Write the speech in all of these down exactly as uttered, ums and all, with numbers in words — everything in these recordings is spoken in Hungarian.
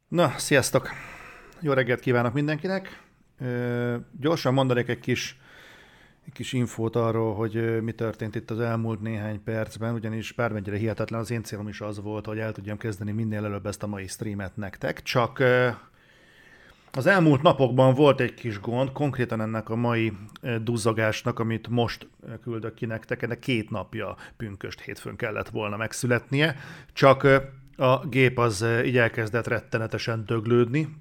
Na, sziasztok! Jó reggelt kívánok mindenkinek! Ö, gyorsan mondanék egy kis, egy kis infót arról, hogy ö, mi történt itt az elmúlt néhány percben, ugyanis bármennyire hihetetlen, az én célom is az volt, hogy el tudjam kezdeni minél előbb ezt a mai streamet nektek, csak ö, az elmúlt napokban volt egy kis gond, konkrétan ennek a mai ö, duzzogásnak, amit most ö, küldök ki nektek, ennek két napja pünkösd hétfőn kellett volna megszületnie, csak ö, a gép az ö, így elkezdett rettenetesen döglődni,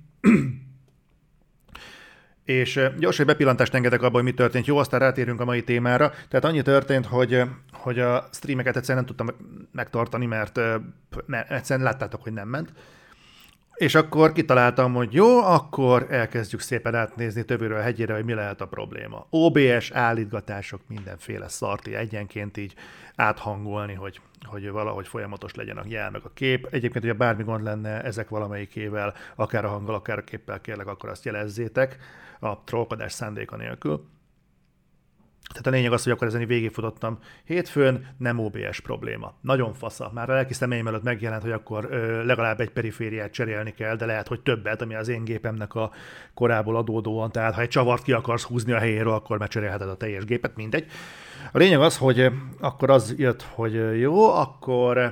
és ö, gyorsan egy bepillantást engedek abba, hogy mi történt. Jó, aztán rátérünk a mai témára. Tehát annyi történt, hogy, ö, hogy a streameket egyszerűen nem tudtam megtartani, mert, ö, mert egyszerűen láttátok, hogy nem ment. És akkor kitaláltam, hogy jó, akkor elkezdjük szépen átnézni többről a hegyére, hogy mi lehet a probléma. o bé es, állítgatások, mindenféle szarti egyenként így áthangolni, hogy, hogy valahogy folyamatos legyen a jel meg a kép. Egyébként, hogyha bármi gond lenne ezek valamelyikével, akár a hanggal, akár a képpel, kérlek, akkor azt jelezzétek a trollkodás szándéka nélkül. Tehát a lényeg az, hogy akkor ezen végigfutottam hétfőn, nem o bé es probléma. Nagyon fasza. Már a lelki szemeim előtt megjelent, hogy akkor ö, legalább egy perifériát cserélni kell, de lehet, hogy többet, ami az én gépemnek a korából adódóan. Tehát ha egy csavart ki akarsz húzni a helyéről, akkor megcserélheted a teljes gépet, mindegy. A lényeg az, hogy akkor az jött, hogy jó, akkor,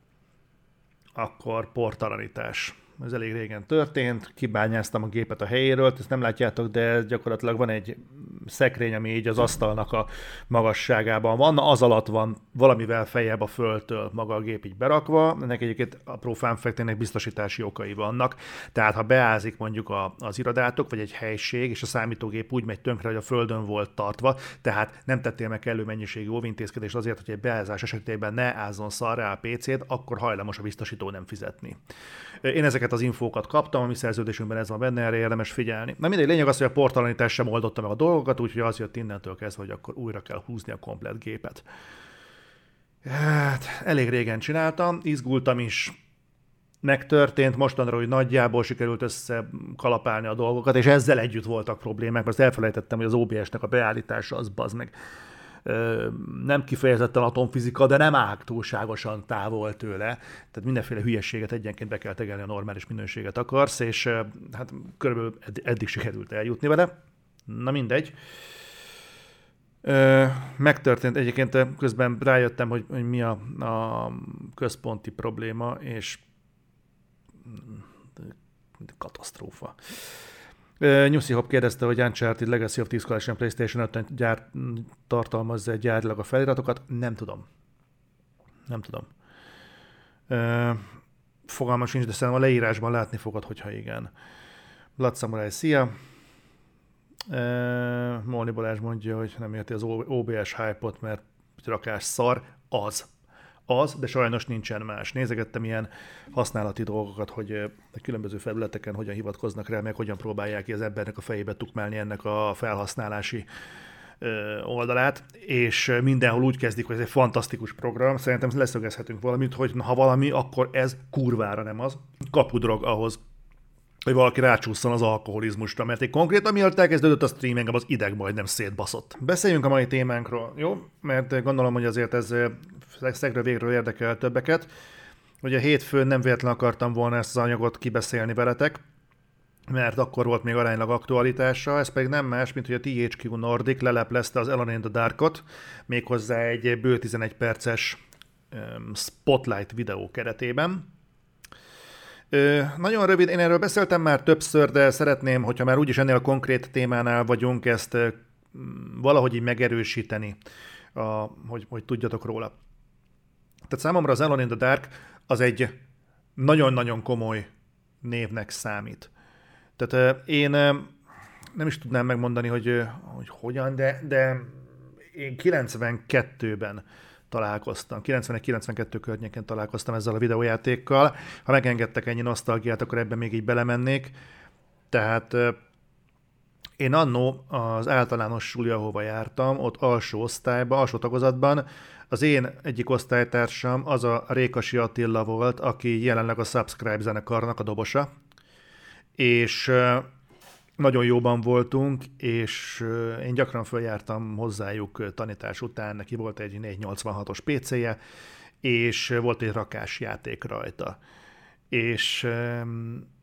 akkor portalanítás. Ez elég régen történt, kibányáztam a gépet a helyéről, ezt nem látjátok, de gyakorlatilag van egy szekrény, ami így az asztalnak a magasságában van, az alatt van valamivel feljebb a földtől maga a gép így berakva, ennek egyébként apró fun fact, ennek biztosítási okai vannak, tehát ha beázik mondjuk a, az irodátok, vagy egy helység, és a számítógép úgy megy tönkre, hogy a földön volt tartva, tehát nem tettél meg kellő mennyiségű óvintézkedést azért, hogy egy beázás esetében ne ázzon szarrá a pé cét, akkor hajlamos a biztosító nem fizetni. Én ezeket az infókat kaptam, a mi szerződésünkben ez van benne, erre érdemes figyelni. Na mindegy, lényeg az, hogy a portalanítás sem oldotta meg a dolgokat, úgyhogy az jött innentől kezdve, hogy akkor újra kell húzni a komplet gépet. Hát, elég régen csináltam, izgultam is, megtörtént, mostanra, hogy nagyjából sikerült összekalapálni a dolgokat, és ezzel együtt voltak problémák, mert azt elfelejtettem, hogy az o bé es-nek a beállítása az bazd meg nem kifejezetten atomfizika, de nem áll túlságosan távol tőle. Tehát mindenféle hülyességet egyenként be kell tegelni, a normális minőséget akarsz, és hát körülbelül eddig sikerült eljutni vele. Na mindegy. Megtörtént egyébként, közben rájöttem, hogy, hogy mi a, a központi probléma, és katasztrófa. Uh, Nyuszi Hop kérdezte, hogy Uncharted Legacy of Thieves Collection PlayStation ötön gyár, tartalmazza gyárilag a feliratokat. Nem tudom. Nem tudom. Uh, fogalmam sincs, de szerintem a leírásban látni fogod, hogyha igen. Blood Samurai, szia! Uh, Molni Balázs mondja, hogy nem érti az o bé es hype-ot, mert rakás szar. Az. Az, de sajnos nincsen más. Nézegettem ilyen használati dolgokat, hogy a különböző felületeken hogyan hivatkoznak rá, meg hogyan próbálják ki az embernek a fejébe tukmálni ennek a felhasználási oldalát, és mindenhol úgy kezdik, hogy ez egy fantasztikus program. Szerintem leszögezhetünk valamit, hogy ha valami, akkor ez kurvára nem az. Kapudrog ahhoz, hogy valaki rácsúszson az alkoholizmusra, mert egy konkrétan mielőtt elkezdődött a stream, engem az ideg majdnem szétbaszott. Beszéljünk a mai témánkról, jó? Mert gondolom, hogy azért ez szegről végről érdekel többeket. Ugye hétfőn nem véletlen akartam volna ezt az anyagot kibeszélni veletek, mert akkor volt még aránylag aktualitása, ez pedig nem más, mint hogy a té há kú Nordic leleplezte az Alone in the Darkot, méghozzá egy bő tizenegy perces spotlight videó keretében. Ö, nagyon rövid, én erről beszéltem már többször, de szeretném, hogyha már úgyis ennél a konkrét témánál vagyunk, ezt ö, valahogy így megerősíteni, a, hogy, hogy tudjatok róla. Tehát számomra az Alone in the Dark az egy nagyon-nagyon komoly névnek számít. Tehát ö, én ö, nem is tudnám megmondani, hogy, ö, hogy hogyan, de, de én kilencvenkettőben találkoztam. kilencvenegy kilencvenkettő környéken találkoztam ezzel a videójátékkal. Ha megengedtek ennyi nosztalgiát, akkor ebben még így belemennék. Tehát én annó az általános suli, ahova jártam, ott alsó osztályban, alsó tagozatban, az én egyik osztálytársam az a Rékasi Attila volt, aki jelenleg a Subscribe zenekarnak a dobosa, és nagyon jóban voltunk, és én gyakran följártam hozzájuk tanítás után, neki volt egy négyszáznyolcvanhatos pé céje, és volt egy rakás játék rajta. És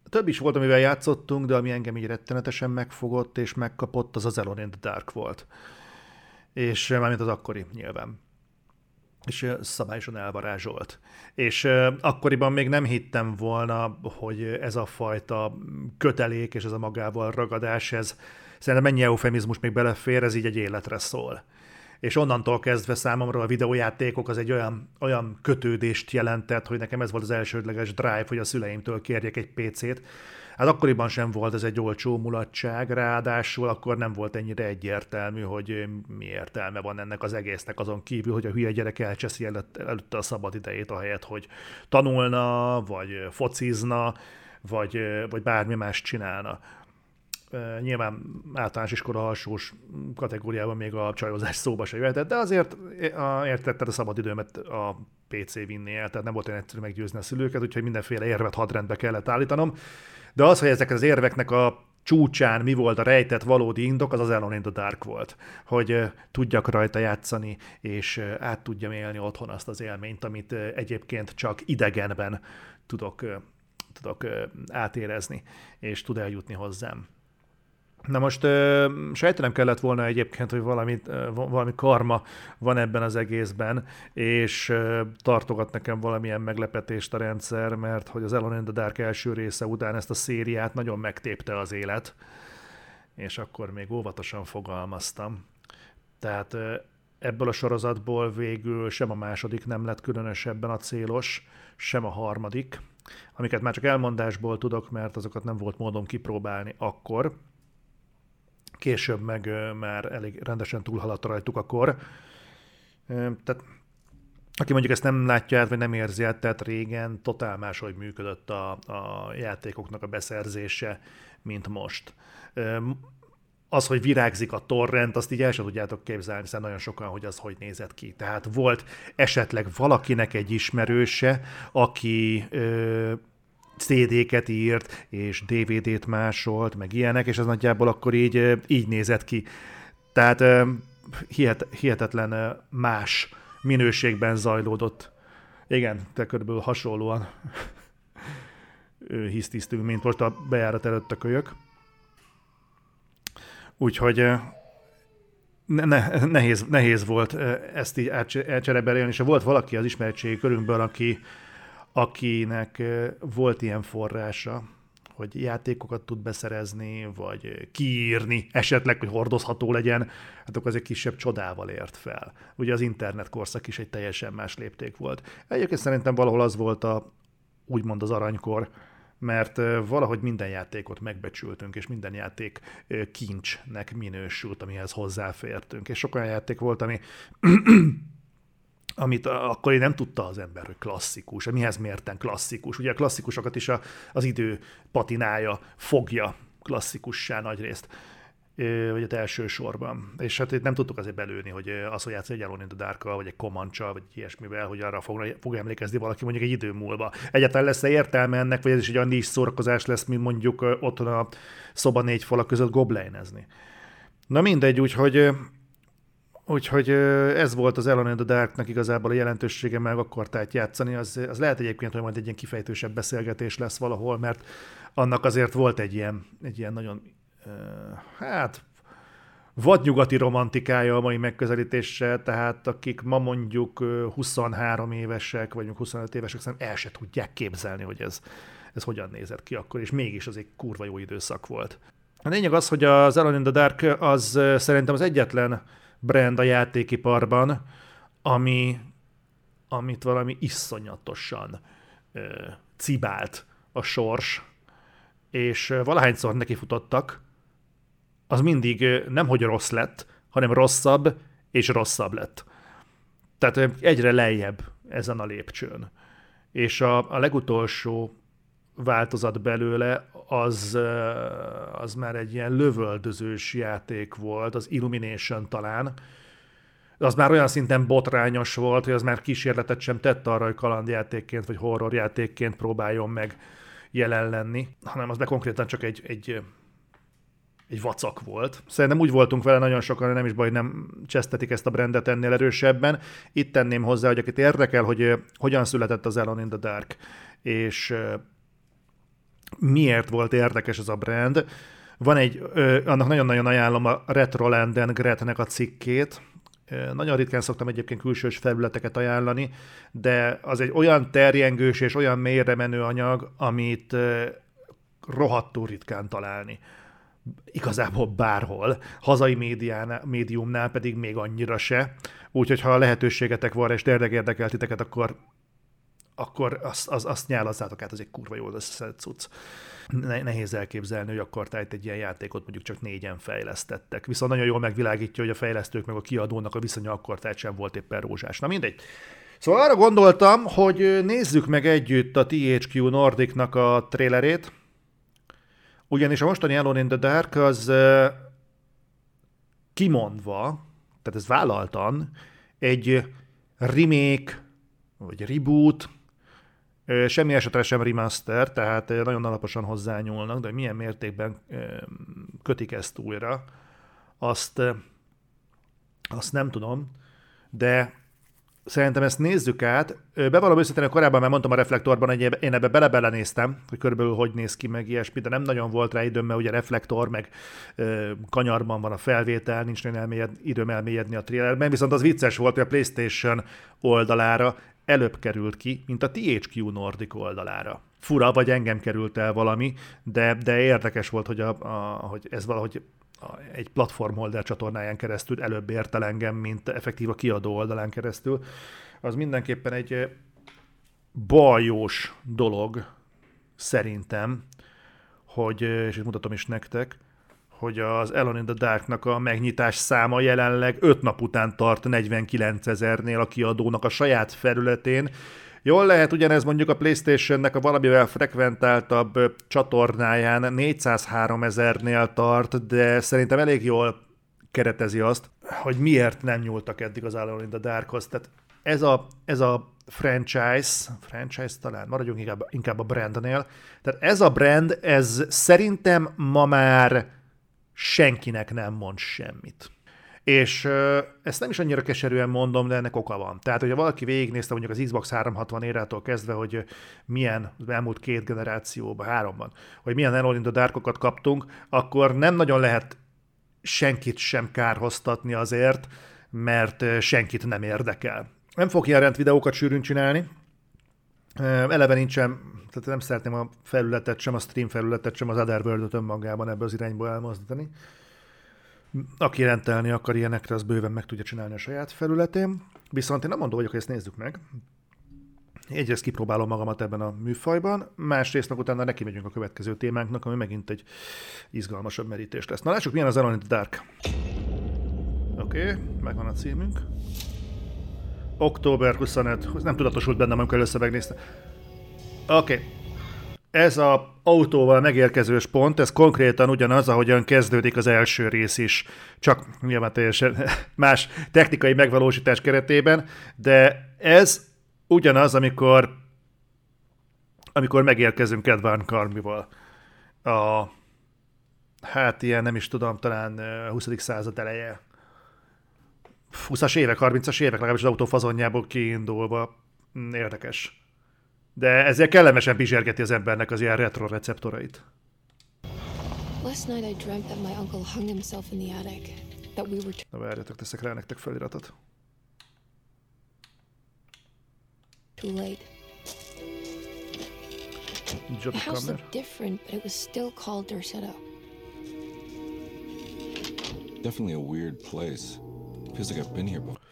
Több is volt, amivel játszottunk, de ami engem így rettenetesen megfogott és megkapott, az az Alone in the Dark volt. És mármint az akkori nyilván. És szabályosan elvarázsolt. És akkoriban még nem hittem volna, hogy ez a fajta kötelék és ez a magával ragadás, ez szerintem mennyi eufemizmus még belefér, ez így egy életre szól. És onnantól kezdve számomra a videójátékok az egy olyan, olyan kötődést jelentett, hogy nekem ez volt az elsődleges drive, hogy a szüleimtől kérjek egy pé cét. Hát akkoriban sem volt ez egy olcsó mulatság, ráadásul akkor nem volt ennyire egyértelmű, hogy mi értelme van ennek az egésznek, azon kívül, hogy a hülye gyerek elcseszi előtte a szabad idejét ahelyett, hogy tanulna, vagy focizna, vagy, vagy bármi más csinálna. Nyilván általános iskola alsós kategóriában még a csajozás szóba se jöhetett, de azért értetted a szabadidőmet a pé cé vinni el, tehát nem volt olyan egyszerű meggyőzni a szülőket, úgyhogy mindenféle érvet hadrendbe kellett állítanom. De az, hogy ezek az érveknek a csúcsán mi volt a rejtett valódi indok, az az Alone in the Dark volt. Hogy tudjak rajta játszani, és át tudjam élni otthon azt az élményt, amit egyébként csak idegenben tudok, tudok átérezni, és tud eljutni hozzám. Na most uh, sejtenem kellett volna egyébként, hogy valami, uh, valami karma van ebben az egészben, és uh, tartogat nekem valamilyen meglepetést a rendszer, mert hogy az Alone in the Dark első része után ezt a szériát nagyon megtépte az élet, és akkor még óvatosan fogalmaztam. Tehát uh, ebből a sorozatból végül sem a második nem lett különösebben a célos, sem a harmadik, amiket már csak elmondásból tudok, mert azokat nem volt módom kipróbálni akkor. Később meg már elég rendesen túlhaladt rajtuk a kor. Tehát aki mondjuk ezt nem látja át, vagy nem érzi át, tehát régen totál máshogy működött a, a játékoknak a beszerzése, mint most. Az, hogy virágzik a torrent, azt így el sem tudjátok képzelni, hiszen nagyon sokan, hogy az hogy nézett ki. Tehát volt esetleg valakinek egy ismerőse, aki ö, cé dé-ket írt, és dé vé dét másolt, meg ilyenek, és ez nagyjából akkor így, így nézett ki. Tehát hihet, hihetetlen más minőségben zajlódott. Igen, te körülbelül hasonlóan hisztisztünk, mint most a bejárat előtt a kölyök. Úgyhogy ne, ne, nehéz, nehéz volt ezt így elcserebelni, és volt valaki az ismeretségi körünkből, aki akinek volt ilyen forrása, hogy játékokat tud beszerezni, vagy kiírni, esetleg, hogy hordozható legyen, hát akkor az egy kisebb csodával ért fel. Ugye az internet korszak is egy teljesen más lépték volt. Egyébként szerintem valahol az volt a, úgymond az aranykor, mert valahogy minden játékot megbecsültünk, és minden játék kincsnek minősült, amihez hozzáfértünk. És sok olyan játék volt, ami amit akkor én nem tudta az ember, hogy klasszikus. Mihez mérten klasszikus? Ugye a klasszikusokat is a, az idő patinája fogja klasszikussá nagyrészt, vagy az elsősorban. És hát itt nem tudtuk azért belőni, hogy az, hogy játsz egy Alone in the Dark-kal, vagy egy Comanche-al, vagy ilyesmivel, hogy arra fog, fog emlékezni valaki mondjuk egy idő múlva. Egyáltalán lesz-e értelme ennek, vagy ez is egy olyan nincs szórakozás lesz, mint mondjuk otthon a szoba négy falak között gobleinezni. Na mindegy, úgyhogy Úgyhogy ez volt az Alone in the Darknak igazából a jelentősége, meg akarták játszani. Az, az lehet egyébként, hogy majd egy ilyen kifejtősebb beszélgetés lesz valahol, mert annak azért volt egy ilyen, egy ilyen nagyon, hát, vadnyugati romantikája a mai megközelítéssel, tehát akik ma mondjuk huszonhárom évesek, vagy huszonöt évesek, szerintem el se tudják képzelni, hogy ez, ez hogyan nézett ki akkor, és mégis az egy kurva jó időszak volt. A lényeg az, hogy az Alone in the Dark az szerintem az egyetlen brand a játékiparban, ami, amit valami iszonyatosan ö, cibált a sors, és valahányszor nekifutottak, az mindig nemhogy rossz lett, hanem rosszabb és rosszabb lett. Tehát egyre lejjebb ezen a lépcsőn. És a, a legutolsó változat belőle az, az már egy ilyen lövöldözős játék volt, az Illumination talán. Az már olyan szinten botrányos volt, hogy az már kísérletet sem tett arra, hogy kalandjátékként vagy horrorjátékként próbáljon meg jelen lenni, hanem az be konkrétan csak egy, egy, egy vacak volt. Szerintem úgy voltunk vele nagyon sokan, nem is baj, nem csesztetik ezt a brandet ennél erősebben. Itt tenném hozzá, hogy akit érdekel, hogy hogyan született az Alone in the Dark, és miért volt érdekes ez a brand. Van egy, ö, annak nagyon-nagyon ajánlom a Retrolanden Gretnek a cikkét. Ö, nagyon ritkán szoktam egyébként külsős felületeket ajánlani, de az egy olyan terjengős és olyan mélyre menő anyag, amit ö, rohadtul ritkán találni. Igazából bárhol. Hazai médiánál, médiumnál pedig még annyira se. Úgyhogy ha lehetőségetek van, és tényleg érdekel titeket, akkor akkor azt, az, azt nyálazzátok át, az egy kurva jól összeszedett cucc. Nehéz elképzelni, hogy akkor tájt egy ilyen játékot mondjuk csak négyen fejlesztettek. Viszont nagyon jól megvilágítja, hogy a fejlesztők meg a kiadónak a viszonya akkor tájt sem volt éppen rózsás. Na mindegy. Szóval arra gondoltam, hogy nézzük meg együtt a té há kú Nordicnak a trailerét, ugyanis a mostani Alone in the Dark az kimondva, tehát ez vállaltan, egy remake, vagy reboot, semmi esetre sem remaster, tehát nagyon alaposan hozzányúlnak, de milyen mértékben kötik ezt újra, azt, azt nem tudom, de szerintem ezt nézzük át. Bevallom őszintén, korábban már mondtam a Reflektorban, hogy én ebbe bele-belenéztem, hogy körülbelül hogy néz ki, meg ilyesmi, de nem nagyon volt rá időm, mert ugye Reflektor, meg ö, kanyarban van a felvétel, nincs nagyon elmélyed, időm elmélyedni a trailerben, viszont az vicces volt, hogy a PlayStation oldalára előbb került ki, mint a té há kú Nordic oldalára. Fura, vagy engem került el valami, de, de érdekes volt, hogy, a, a, hogy ez valahogy egy platform holder csatornáján keresztül előbb ért el engem, mint effektív a kiadó oldalán keresztül. Az mindenképpen egy bajós dolog, szerintem, hogy, és itt mutatom is nektek, hogy az Alone in the Darknak a megnyitás száma jelenleg öt nap után tart negyvenkilencezernél a kiadónak a saját felületén. Jól lehet, ugyanez mondjuk a PlayStationnek a valamivel frekventáltabb csatornáján négyszázháromezernél tart, de szerintem elég jól keretezi azt, hogy miért nem nyúltak eddig az Alone in the Darkhoz. Tehát ez a, ez a franchise, franchise talán, maradjunk inkább, inkább a brandnél, tehát ez a brand, ez szerintem ma már senkinek nem mond semmit. És uh, ezt nem is annyira keserűen mondom, de ennek oka van. Tehát, hogyha valaki végignézte mondjuk az Xbox háromszázhatvan érától kezdve, hogy milyen az elmúlt két generációban, háromban, hogy milyen Alone in the Darkokat kaptunk, akkor nem nagyon lehet senkit sem kárhoztatni azért, mert senkit nem érdekel. Nem fog ilyen rend videókat sűrűn csinálni. Eleve nincsen, tehát nem szeretném a felületet, sem a stream felületet, sem az Otherworld-öt önmagában ebbe az irányba elmozdítani. Aki rendelni akar ilyenekre, az bőven meg tudja csinálni a saját felületén. Viszont én nem mondom vagyok, hogy ezt nézzük meg. Egyrészt kipróbálom magamat ebben a műfajban, másrészt meg utána neki megyünk a következő témánknak, ami megint egy izgalmasabb merítés lesz. Na lássuk, milyen az Alone in the Dark. Oké, okay, megvan a címünk. október huszonötödike, nem tudatosult bennem, amikor először megnéztem. Oké. Okay. Ez az autóval megérkezős pont, ez konkrétan ugyanaz, ahogyan kezdődik az első rész is, csak nyilván teljesen más technikai megvalósítás keretében, de ez ugyanaz, amikor, amikor megérkezünk Ed Van Carmival. A, hát ilyen, nem is tudom, talán a huszadik század eleje. húszas évek, harmincas évek, legalábbis az autó fazonjából kiindulva. Érdekes. De ezzel kellemesen bizsergeti az embernek az ilyen retro receptorait. Last night I dreamt that my uncle hung himself in the attic. That we were Na várjatok, teszek rá nektek feliratot. too late. The house looked different, but it was still called Dorsetto. Definitely a weird place. Feels like I've been here before.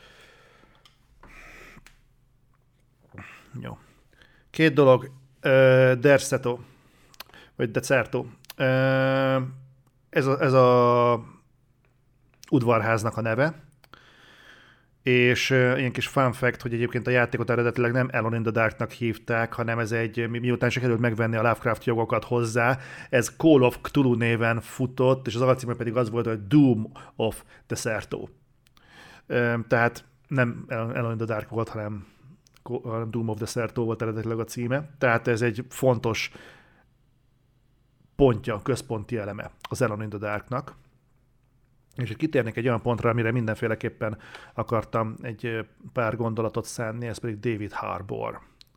Jó. Két dolog. Uh, Derceto, vagy Decerto. Uh, ez, a, ez a udvarháznak a neve. És uh, ilyen kis fun fact, hogy egyébként a játékot eredetileg nem Alone in the Darknak hívták, hanem ez egy, mi, miután sikerült megvenni a Lovecraft jogokat hozzá, ez Call of Cthulhu néven futott, és az alcíme pedig az volt, hogy Doom of Decerto. Uh, tehát nem Alone in the Dark volt, hanem Doom of Decerto volt eredetileg a címe. Tehát ez egy fontos pontja, központi eleme az Alone in the Darknak. És hogy kitérnék egy olyan pontra, amire mindenféleképpen akartam egy pár gondolatot szánni, ez pedig David Harbour.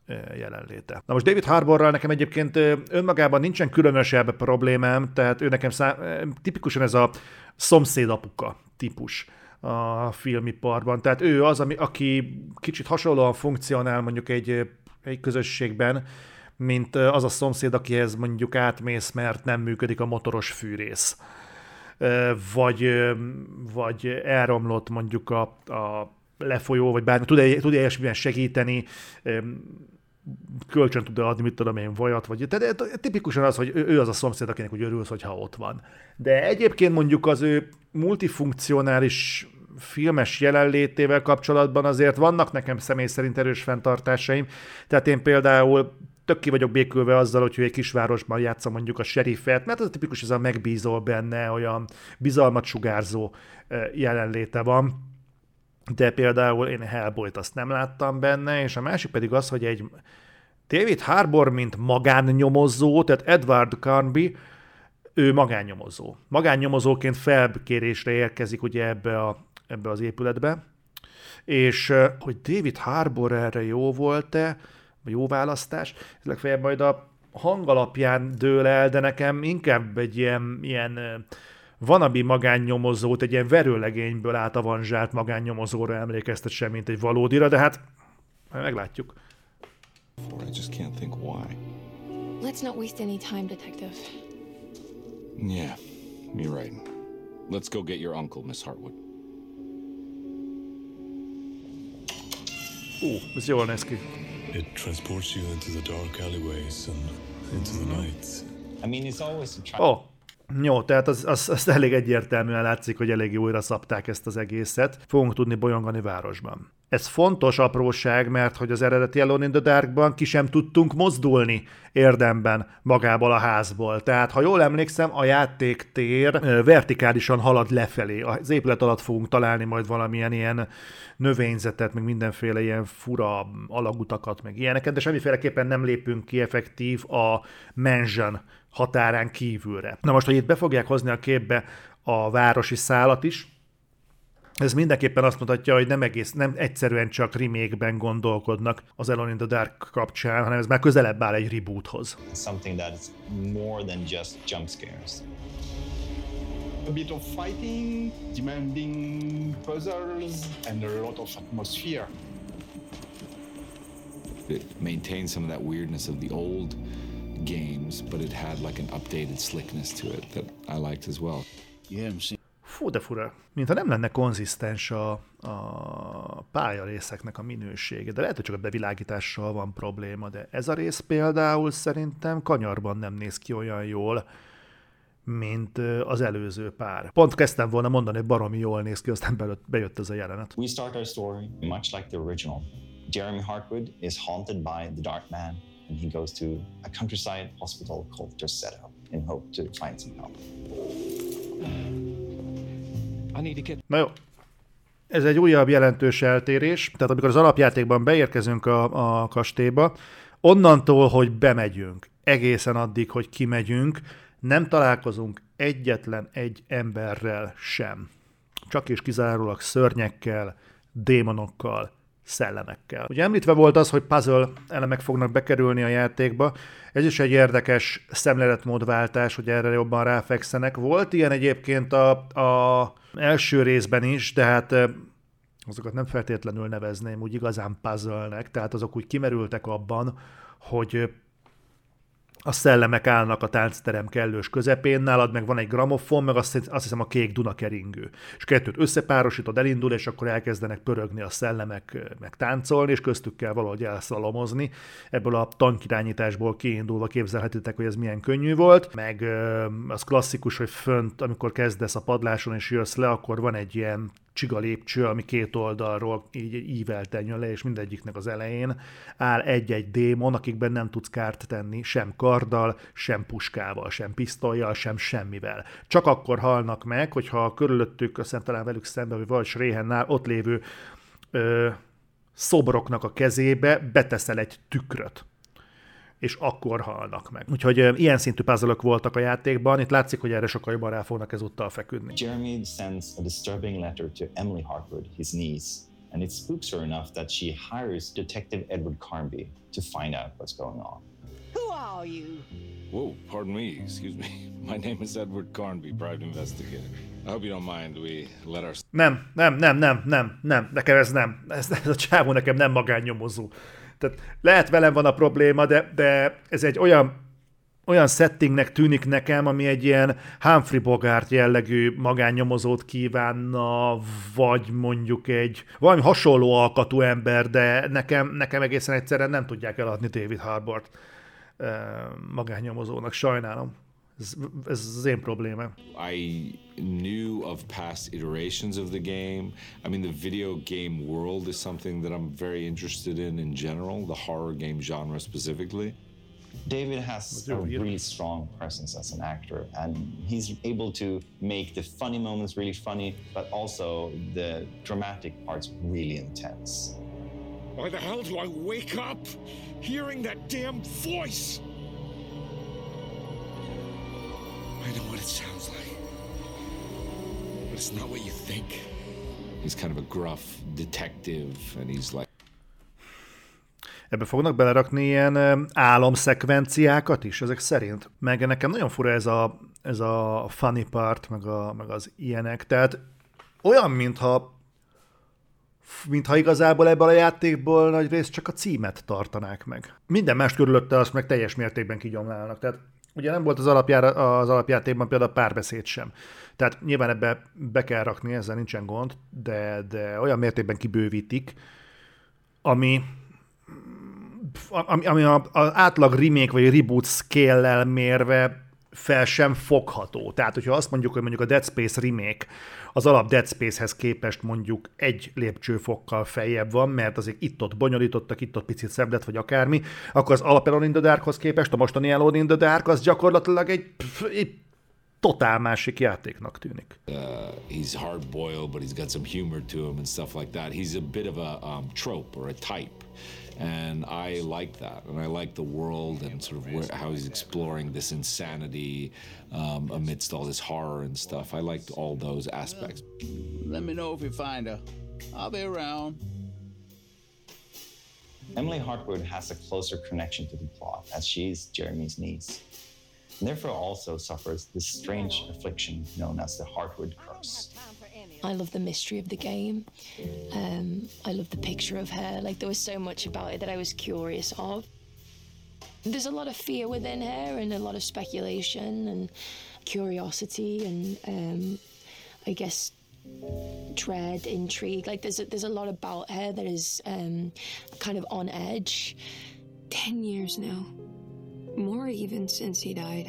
jelenléte. Na most David Harbourral nekem egyébként önmagában nincsen különösebb problémám, tehát ő nekem szám, tipikusan ez a szomszédapuka típus a filmiparban. Tehát ő az, ami, aki kicsit hasonlóan funkcionál mondjuk egy, egy közösségben, mint az a szomszéd, akihez mondjuk átmész, mert nem működik a motoros fűrész. Vagy, vagy elromlott mondjuk a, a lefolyó, vagy bármi, tud-e, tud-e ilyesmiben segíteni, kölcsön tud-e adni, mit tudom én, vajat, vagy tehát tipikusan az, hogy ő az a szomszéd, akinek úgy örülsz, hogyha ott van. De egyébként mondjuk az ő multifunkcionális filmes jelenlétével kapcsolatban azért vannak nekem személy szerint erős fenntartásaim. Tehát én például tök ki vagyok békülve azzal, hogy ő egy kisvárosban játsza mondjuk a seriffet, mert az a tipikus, ez a megbízol benne, olyan bizalmat sugárzó jelenléte van. De például én Hellboyt azt nem láttam benne, és a másik pedig az, hogy egy David Harbour, mint magánnyomozó, tehát Edward Carnby, ő magánnyomozó. Magánnyomozóként felkérésre érkezik ugye ebbe, a, ebbe az épületbe, és hogy David Harbour erre jó volt-e, vagy jó választás, ez legfeljebb majd a hang alapján dől el, de nekem inkább egy ilyen, ilyen vanabi magánnyomozót, egy ilyen verőlegényből átavanzsált magánnyomozóra emlékeztet sem, mint egy valódira, de hát meglátjuk. I just can't think why. Let's not waste any time, detective. Yeah, you're right. Let's go get your uncle, Miss Hartwood. Ú, uh, ez jól néz ki. It transports you into the dark alleyways and into the nights. I mean, it's always a try. Oh. Jó, tehát az, az, az elég egyértelműen látszik, hogy eléggé újra szabták ezt az egészet. Fogunk tudni bolyongani városban. Ez fontos apróság, mert hogy az eredeti Alone in the Darkban ki sem tudtunk mozdulni érdemben magából a házból. Tehát, ha jól emlékszem, a játéktér vertikálisan halad lefelé. Az épület alatt fogunk találni majd valamilyen ilyen növényzetet, meg mindenféle ilyen fura alagutakat, meg ilyeneket, de semmiféleképpen nem lépünk ki effektív a mansion határán kívülre. Na most, hogy itt be fogják hozni a képbe a városi szálat is, ez mindenképpen azt mutatja, hogy nem egész, nem egyszerűen csak remake-ben gondolkodnak az Alone in the Dark kapcsán, hanem ez már közelebb áll egy reboothoz. Something that is more than just jump scares. A bit of fighting, demanding puzzles, and a lot of atmosphere. It maintained some of that weirdness of the old games, but it had like an updated slickness to it that I liked as well. Yeah, I'm seeing. Fú, de fura. Mintha nem lenne konzisztens a, a pályarészeknek a minősége, de lehet, hogy csak a bevilágítással van probléma, de ez a rész például szerintem kanyarban nem néz ki olyan jól, mint az előző pár. Pont kezdtem volna mondani, hogy baromi jól néz ki, aztán bejött ez a jelenet. We start our story much like the original. Jeremy Hartwood is haunted by the Dark Man, and he goes to a countryside hospital called Dorsetto in hope to find some help. Na jó, ez egy újabb jelentős eltérés, tehát amikor az alapjátékban beérkezünk a, a kastélyba, onnantól, hogy bemegyünk, egészen addig, hogy kimegyünk, nem találkozunk egyetlen egy emberrel sem. Csak és kizárólag szörnyekkel, démonokkal, szellemekkel. Ugye említve volt az, hogy puzzle elemek fognak bekerülni a játékba, ez is egy érdekes szemléletmódváltás, hogy erre jobban ráfekszenek. Volt ilyen egyébként a, a első részben is, de hát azokat nem feltétlenül nevezném úgy igazán puzzle-nek, tehát azok úgy kimerültek abban, hogy a szellemek állnak a táncterem kellős közepén, nálad meg van egy gramofon, meg azt, azt hiszem a kék dunakeringő. És kettőt összepárosítod, elindul, és akkor elkezdenek pörögni a szellemek, meg táncolni, és köztük kell valahogy elszalomozni. Ebből a tankirányításból kiindulva képzelhetitek, hogy ez milyen könnyű volt. Meg az klasszikus, hogy fönt, amikor kezdesz a padláson és jössz le, akkor van egy ilyen csiga lépcső, ami két oldalról így ívelten jön le, és mindegyiknek az elején áll egy-egy démon, akikben nem tudsz kárt tenni, sem karddal, sem puskával, sem pisztollyal, sem semmivel. Csak akkor halnak meg, hogyha körülöttük, aztán talán velük szemben, vagy valahogy Sréhennál ott lévő ö, szobroknak a kezébe beteszel egy tükröt, és akkor halnak meg. Úgyhogy uh, ilyen szintű puzzle-ök voltak a játékban, itt látszik, hogy erre sokkal jobban rá fognak ezúttal feküdni. Jeremy sends a disturbing letter to Emily Hartwood, his niece, and it spooks her enough that she hires Detective Edward Carnby to find out what's going on. Who are you? Whoa, pardon me, excuse me. My name is Edward Carnby, private investigator. I hope you don't mind we let our... Nem, nem, nem, nem, nem, nem, nekem ez nem. Ez, ez a csávó nekem nem magánnyomozó. Tehát lehet velem van a probléma, de, de ez egy olyan, olyan settingnek tűnik nekem, ami egy ilyen Humphrey Bogart jellegű magánnyomozót kívánna, vagy mondjuk egy valami hasonló alkatú ember, de nekem, nekem egészen egyszerűen nem tudják eladni David Harbort magánnyomozónak. Sajnálom. Ez, ez az én problémám. I knew of past iterations of the game. I mean, the video game world is something that I'm very interested in in general, the horror game genre specifically. David has a really strong presence as an actor, and he's able to make the funny moments really funny, but also the dramatic parts really intense. Why the hell do I wake up hearing that damn voice? I know what it sounds like, but it's not what you think. He's kind of a gruff detective, and he's like... Ebbe fognak belerakni ilyen álomszekvenciákat is, ezek szerint. Meg nekem nagyon fura ez a, ez a funny part, meg, a, meg az ilyenek. Tehát olyan, mintha mintha igazából ebből a játékból nagy részt csak a címet tartanák meg. Minden más körülötte azt meg teljes mértékben kigyomlálnak. Tehát ugye nem volt az, alapjára, az alapjátékban például a párbeszéd sem. Tehát nyilván ebbe be kell rakni, ezzel nincsen gond, de, de olyan mértékben kibővítik, ami, ami, ami az átlag remake vagy reboot scale-lel mérve fel sem fogható. Tehát, hogyha azt mondjuk, hogy mondjuk a Dead Space remake az alap Dead Spacehez képest mondjuk egy lépcsőfokkal feljebb van, mert azért itt-ott bonyolítottak, itt-ott picit szebb lett, vagy akármi, akkor az alap Alone in the Darkhoz képest a mostani Alone in the Dark az gyakorlatilag egy, egy totál másik játéknak tűnik. Uh, he's hard-boiled, but he's got some humor to him and stuff like that. He's a bit of a um, trope or a type. And I like that, and I like the world and sort of where, how he's exploring this insanity um, amidst all this horror and stuff. I liked all those aspects. Let me know if you find her. I'll be around. Emily Hartwood has a closer connection to the plot, as she's Jeremy's niece, and therefore also suffers this strange affliction known as the Hartwood curse. I love the mystery of the game. Um, I love the picture of her. Like, there was so much about it that I was curious of. There's a lot of fear within her and a lot of speculation and curiosity and um, I guess dread, intrigue. Like, there's a, there's a lot about her that is um, kind of on edge. Ten years now. More even since he died.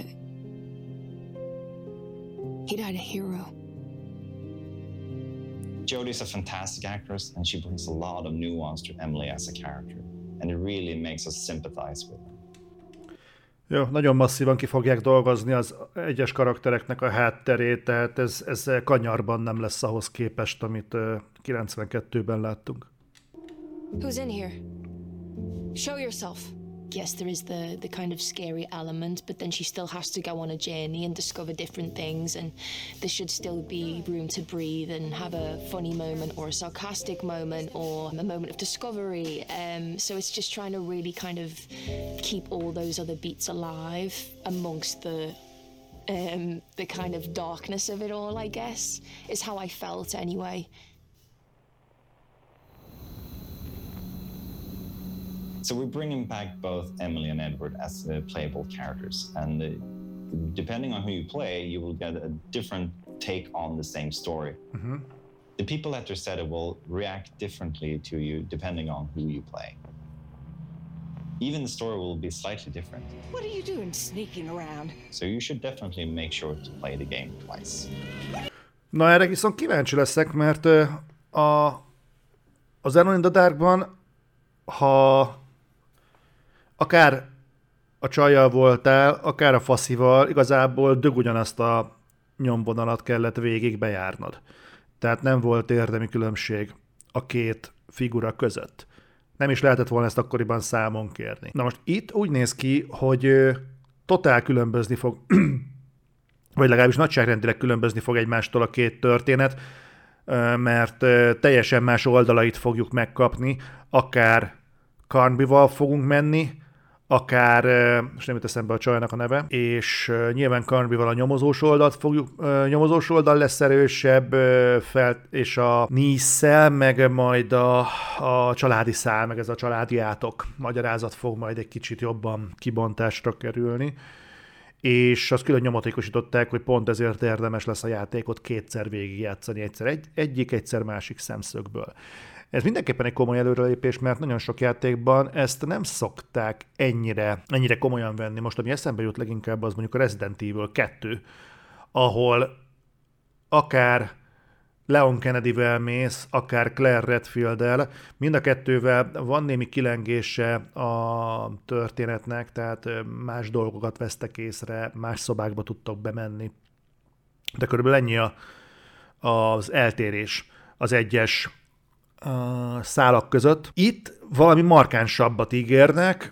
He died a hero. Jodie's a fantastic actress, and she brings a lot of nuance to Emily as a character, and it really makes us sympathize with her. Jó, nagyon masszívan ki fogják dolgozni az egyes karaktereknek a hátterét, tehát ez, ez kanyarban nem lesz ahhoz képest, amit uh, kilencvenkettőben láttunk. Who's in here? Show yourself. Yes, there is the, the kind of scary element, but then she still has to go on a journey and discover different things, and there should still be room to breathe and have a funny moment or a sarcastic moment or a moment of discovery. Um, so it's just trying to really kind of keep all those other beats alive amongst the um, the kind of darkness of it all, I guess, is how I felt anyway. So we're bringing back both Emily and Edward as uh, playable characters, and uh, depending on who you play, you will get a different take on the same story. Mm-hmm. The people at Rosetta will react differently to you depending on who you play. Even the story will be slightly different. What are you doing sneaking around? So you should definitely make sure to play the game twice. Na, erre viszont kíváncsi leszek, mert a, az Alone in the Darkban, ha akár a csajjal voltál, akár a faszival, igazából dög ugyanazt a nyomvonalat kellett végig bejárnod. Tehát nem volt érdemi különbség a két figura között. Nem is lehetett volna ezt akkoriban számon kérni. Na most itt úgy néz ki, hogy totál különbözni fog, vagy legalábbis nagyságrendileg különbözni fog egymástól a két történet. mert teljesen más oldalait fogjuk megkapni, akár Carnby-val fogunk menni, akár, most nem jut eszembe a csajnak a neve, és nyilván Carnby-val a nyomozós oldalt fogjuk, nyomozós oldal lesz erősebb, fel, és a Nice-szel, meg majd a, a családi szál, meg ez a családi átok magyarázat fog majd egy kicsit jobban kibontásra kerülni, és azt külön nyomatékosították, hogy pont ezért érdemes lesz a játékot kétszer végigjátszani, egyszer egy, egyik, egyszer másik szemszögből. Ez mindenképpen egy komoly előrelépés, mert nagyon sok játékban ezt nem szokták ennyire, ennyire komolyan venni. Most, ami eszembe jut leginkább, az mondjuk a Resident Evil kettő, ahol akár Leon Kennedy-vel mész, akár Claire Redfield-el, mind a kettővel van némi kilengése a történetnek, tehát más dolgokat vesztek észre, más szobákba tudtok bemenni. De körülbelül ennyi a, az eltérés az egyes a szálak között. Itt valami markánsabbat ígérnek.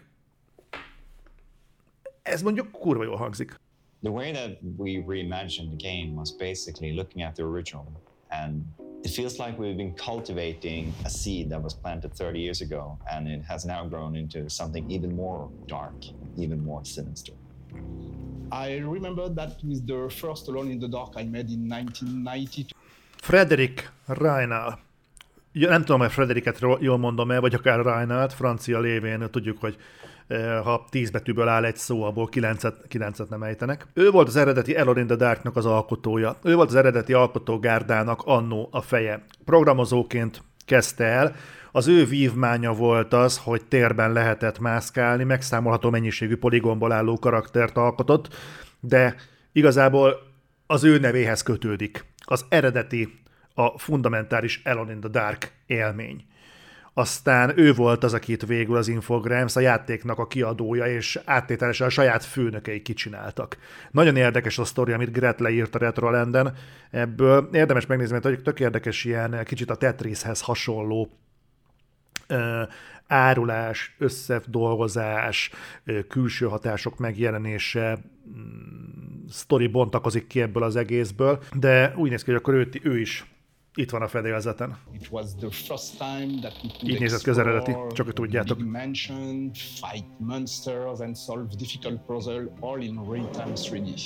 Ez mondjuk kurva jól hangzik. The way that we reimagined the game was basically looking at the original, and it feels like we've been cultivating a seed that was planted thirty years ago, and it has now grown into something even more dark, even more sinister. I remember that with the first Alone in the Dark I made in nineteen ninety-two. Frederick Rainal. Ja, nem tudom, hogy Fredericket jól mondom el, vagy akár Rainalt, francia lévén tudjuk, hogy ha tíz betűből áll egy szó, abból kilencet, kilencet nem ejtenek. Ő volt az eredeti Alone in the Darknak az alkotója. Ő volt az eredeti alkotógárdának annó a feje. Programozóként kezdte el. Az ő vívmánya volt az, hogy térben lehetett mászkálni, megszámolható mennyiségű poligonból álló karaktert alkotott, de igazából az ő nevéhez kötődik. Az eredeti, a fundamentális Alone in the Dark élmény. Aztán ő volt az, akit végül az Infogrames, a játéknak a kiadója, és áttételesen a saját főnökei kicsináltak. Nagyon érdekes a sztori, amit Gret leírt a Retrolanden. Ebből érdemes megnézni, mert tök érdekes ilyen kicsit a Tetrishez hasonló ö, árulás, összedolgozás, ö, külső hatások megjelenése, sztori bontakozik ki ebből az egészből, de úgy néz ki, hogy akkor ő, ő is itt van a fedélzeten. It was the first time that we could így nézett ki az eredeti, csak hogy tudjátok. Dimension, fight monsters and solve difficult puzzles all in real-time three D.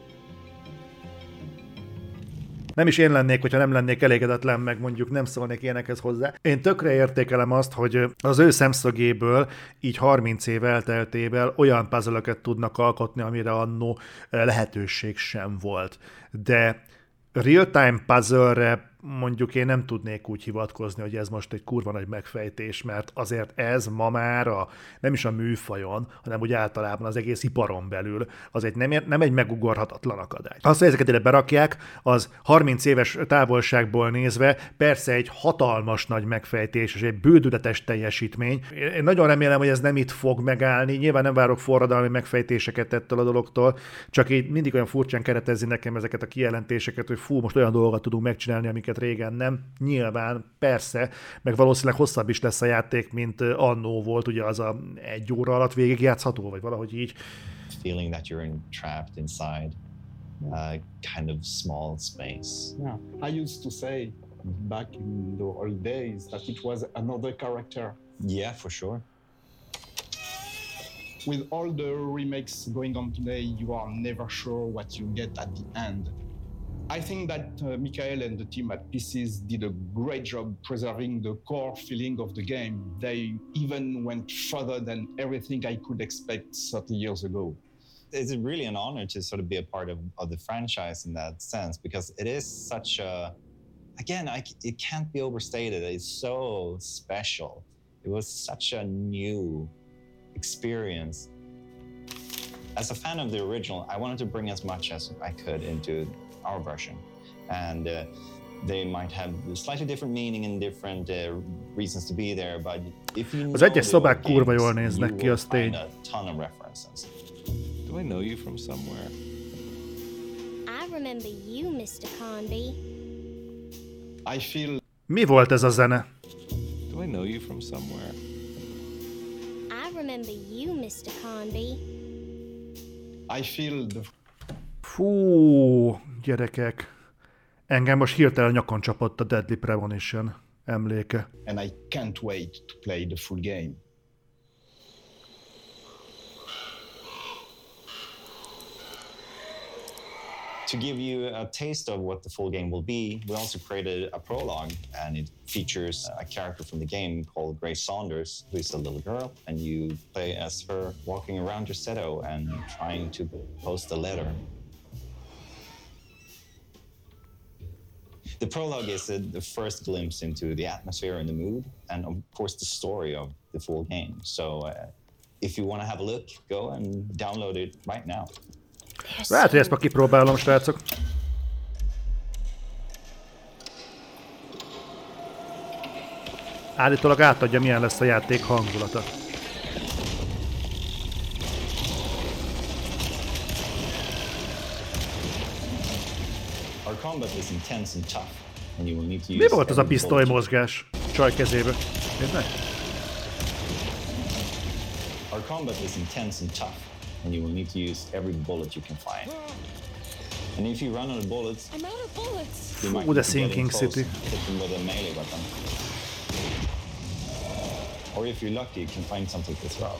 Nem is én lennék, hogyha nem lennék elégedetlen, meg mondjuk nem szólnék ilyenekhez hozzá. Én tökre értékelem azt, hogy az ő szemszögéből így harminc év elteltével olyan puzzle-öket tudnak alkotni, amire annó lehetőség sem volt. De real-time puzzle-re mondjuk én nem tudnék úgy hivatkozni, hogy ez most egy kurva nagy megfejtés, mert azért ez ma már a, nem is a műfajon, hanem úgy általában az egész iparon belül, az egy nem, nem egy megugorhatatlan akadály. Azt, hogy ezeket ide berakják, az harminc éves távolságból nézve persze egy hatalmas nagy megfejtés, és egy bődületes teljesítmény. Én nagyon remélem, hogy ez nem itt fog megállni, nyilván nem várok forradalmi megfejtéseket ettől a dologtól, csak így mindig olyan furcsán keretezi nekem ezeket a kijelentéseket, hogy fú, most olyan dolgokat tudunk megcsinálni, amiket régen nem. Nyilván, persze, meg valószínűleg hosszabb is lesz a játék, mint annó volt, ugye az a egy óra alatt végigjátszható, vagy valahogy így. Feeling that you're in, trapped inside a kind of small space. Yeah, I used to say back in the old days that it was another character. Yeah, for sure. With all the remakes going on today, you are never sure what you get at the end. I think that uh, Michael and the team at P Cs did a great job preserving the core feeling of the game. They even went further than everything I could expect thirty years ago. It's really an honor to sort of be a part of, of the franchise in that sense, because it is such a, again, I, it can't be overstated. It's so special. It was such a new experience. As a fan of the original, I wanted to bring as much as I could into our version, and uh, they might have slightly different meaning and different uh, reasons to be there, but if you know az egyes szobák kurva jól néznek ki, az tény. a ton of references. Do I know you from somewhere? I remember you, mister Conby. I feel. Mi volt ez a zene? Do I know you from somewhere? I remember you, mister Conby. I feel the. Fú, gyerekek. engem most hirtelen nyakon csapott a Deadly Premonition emléke. And I can't wait to play the full game. To give you a taste of what the full game will be, we also created a prologue, and it features a character from the game called Grace Saunders, who is a little girl, and you play as her walking around Rossetto and trying to post a letter. The prologue is uh, the first glimpse into the atmosphere and the mood, and of course the story of the full game. So uh, if you want to have a look, go and download it right now. Lehet, hogy ezt ma kipróbálom, srácok. Állítólag átadja, milyen lesz a játék hangulata. Our combat is intense and tough, and you will need to use. Mi volt az a pisztoly mozgás csaj kezébe? Nézd meg! Our combat is intense and tough, and you will need to use every bullet you can find. And if you run out of bullets, I'm out of bullets. you might Ooh, the need to get in Sinking close City. and hit them with a melee weapon. Or if you're lucky, you can find something to throw.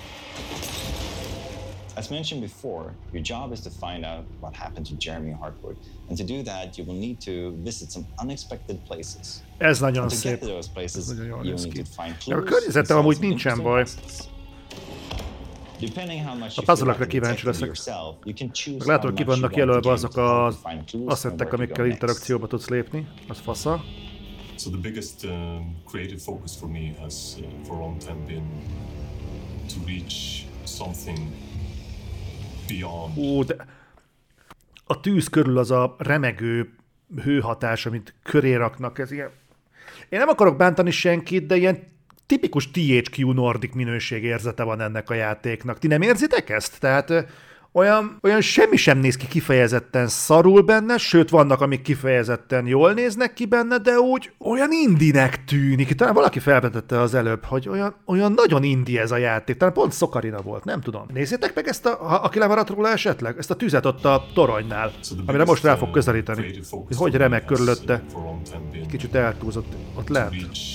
As mentioned before, your job is to find out what happened to Jeremy Hartwood. And to do that, you will need to visit some unexpected places. Ez nagyon And to szép. get to those places, Ez nagyon jól you néz will ki. need to find A clues. környezetem and amúgy solve nincsen some baj. puzzles. Depending how much A you feel puzzle-okra like a kíváncsi detective leszek. yourself, you can choose Meg látom, how ki much vannak you want jelölve the game azok to help az you find clues and asszettek, where to amikkel go next. interakcióba tudsz lépni. Az fasza. So the biggest um, creative focus for me has uh, for a long time been to reach something beyond. Ú, de a tűz körül az a remegő hőhatás, amit köré raknak, ez ilyen... Én nem akarok bántani senkit, de ilyen tipikus té há kú Nordic minőségérzete van ennek a játéknak. Ti nem érzitek ezt? Tehát ö, olyan, olyan semmi sem néz ki kifejezetten szarul benne, sőt vannak, amik kifejezetten jól néznek ki benne, de úgy olyan indinek tűnik. Talán valaki felvetette az előbb, hogy olyan, olyan nagyon indi ez a játék. Talán pont Szokarina volt, nem tudom. Nézzétek meg ezt, a, ha, aki lemaradt róla esetleg, ezt a tüzet ott a toronynál, amire most rá fog közelíteni. Hogy remek körülötte. Kicsit eltúlzott ott lent.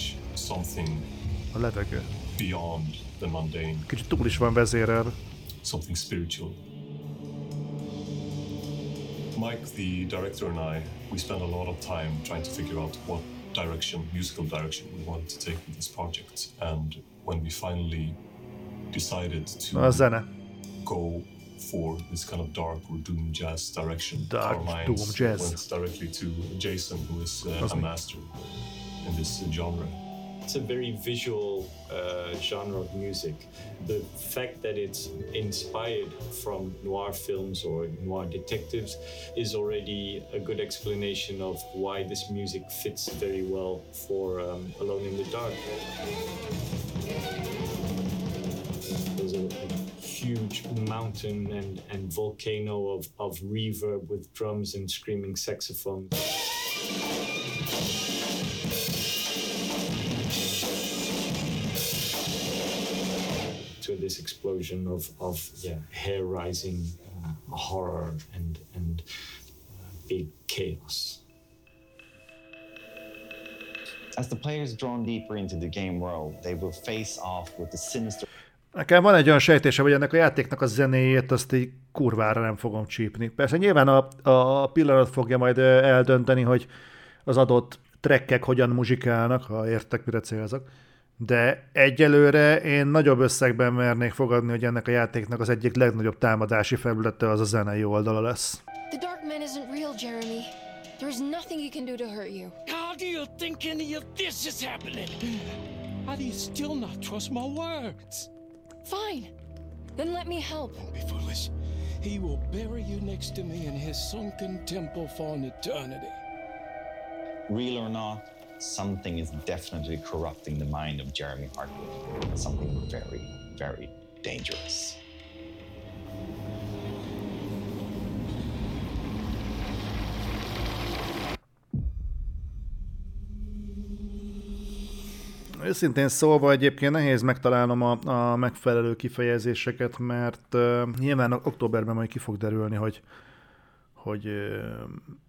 A levegő. Kicsit túl is van vezérelve. Something spiritual. Mike, the director, and I, we spent a lot of time trying to figure out what direction, musical direction, we wanted to take with this project. And when we finally decided to A zene. go for this kind of dark or doom jazz direction, Dark our minds doom jazz. went directly to Jason, who is uh, a Awesome. master in this genre. It's a very visual uh, genre of music. The fact that it's inspired from noir films or noir detectives is already a good explanation of why this music fits very well for um, Alone in the Dark. There's a, a huge mountain and, and volcano of, of reverb with drums and screaming saxophone. To this explosion of, of yeah, hair rising uh, horror and, and uh, big chaos. As the players drawn deeper into the game world, they will face off with the sinister. Nekem van egy olyan sejtésem, hogy ennek a játéknak a zenéjét azt így kurvára nem fogom csípni. Persze nyilván a, a pillanat fogja majd eldönteni, hogy az adott trekkek hogyan muzsikálnak, ha értek, mire célzok. De egyelőre én nagyobb összegben mernék fogadni, hogy ennek a játéknak az egyik legnagyobb támadási felülete az a zenei oldala lesz. The Dark Man isn't real, Jeremy. There's nothing he can do to hurt you. How do you think any of this is happening? How do you still not trust my words? Fine. Then let me help. Don't be foolish. He will bury you next to me in his sunken temple for an eternity. Real or not, something is definitely corrupting the mind of Jeremy Hartwood. Something very, very dangerous. Őszintén szólva egyébként nehéz megtalálnom a, a megfelelő kifejezéseket, mert uh, nyilván októberben majd ki fog derülni, hogy, hogy uh,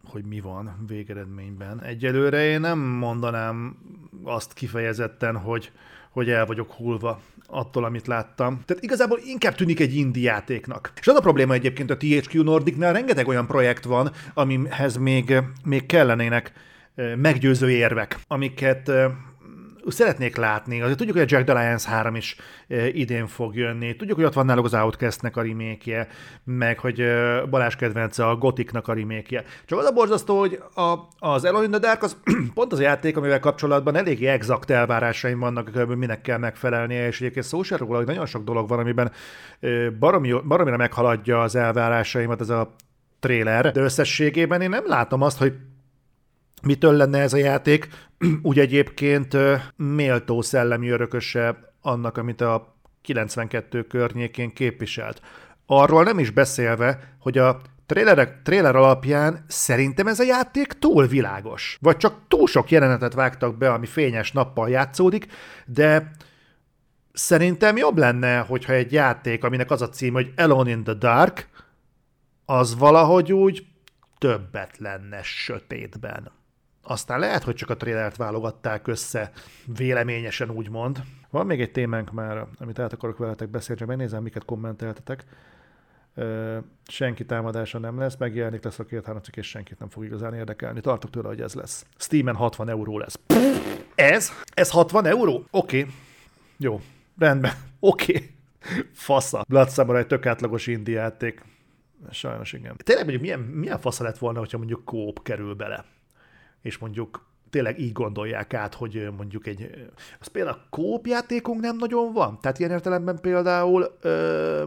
hogy mi van végeredményben. Egyelőre én nem mondanám azt kifejezetten, hogy, hogy el vagyok hullva attól, amit láttam. Tehát igazából inkább tűnik egy indie játéknak. És az a probléma egyébként a té há kú Nordicnál, rengeteg olyan projekt van, amihez még, még kellenének meggyőző érvek, amiket szeretnék látni. Azért tudjuk, hogy a Jack the Lions három is idén fog jönni. Tudjuk, hogy ott van náluk az Outcast-nek a remake-je, meg hogy Balázs kedvence a Gothic-nak a remake-je. Csak az a borzasztó, hogy a, az Alone in the Dark az pont az a játék, amivel kapcsolatban eléggé exakt elvárásaim vannak, hogy minek kell megfelelnie, és egyébként szó sem róla, hogy nagyon sok dolog van, amiben baromi, baromira meghaladja az elvárásaimat ez a trailer, de összességében én nem látom azt, hogy mitől lenne ez a játék, úgy egyébként méltó szellemi örököse annak, amit a kilencvenkettő környékén képviselt. Arról nem is beszélve, hogy a trailerek, trailer alapján szerintem ez a játék túl világos. Vagy csak túl sok jelenetet vágtak be, ami fényes nappal játszódik, de szerintem jobb lenne, hogyha egy játék, aminek az a cím, hogy Alone in the Dark, az valahogy úgy többet lenne sötétben. Aztán lehet, hogy csak a trailert válogatták össze, véleményesen úgymond. Van még egy témánk már, amit át akarok veletek beszélni, csak megnézem, miket kommenteltetek. Ö, senki támadása nem lesz, megjelenik lesz a két-három cikk, és senkit nem fog igazán érdekelni. Tartok tőle, hogy ez lesz. Steamen hatvan euró lesz. Ez? Ez hatvan euró? Oké. Okay. Jó. Rendben. Oké. Okay. Fasza. Blood Samurai tök átlagos indie játék. Sajnos igen. Tényleg mondjuk milyen, milyen fasza lett volna, hogyha mondjuk kóp kerül bele? És mondjuk tényleg így gondolják át, hogy mondjuk egy... Az például a kóp játékunk nem nagyon van. Tehát ilyen értelemben például ö,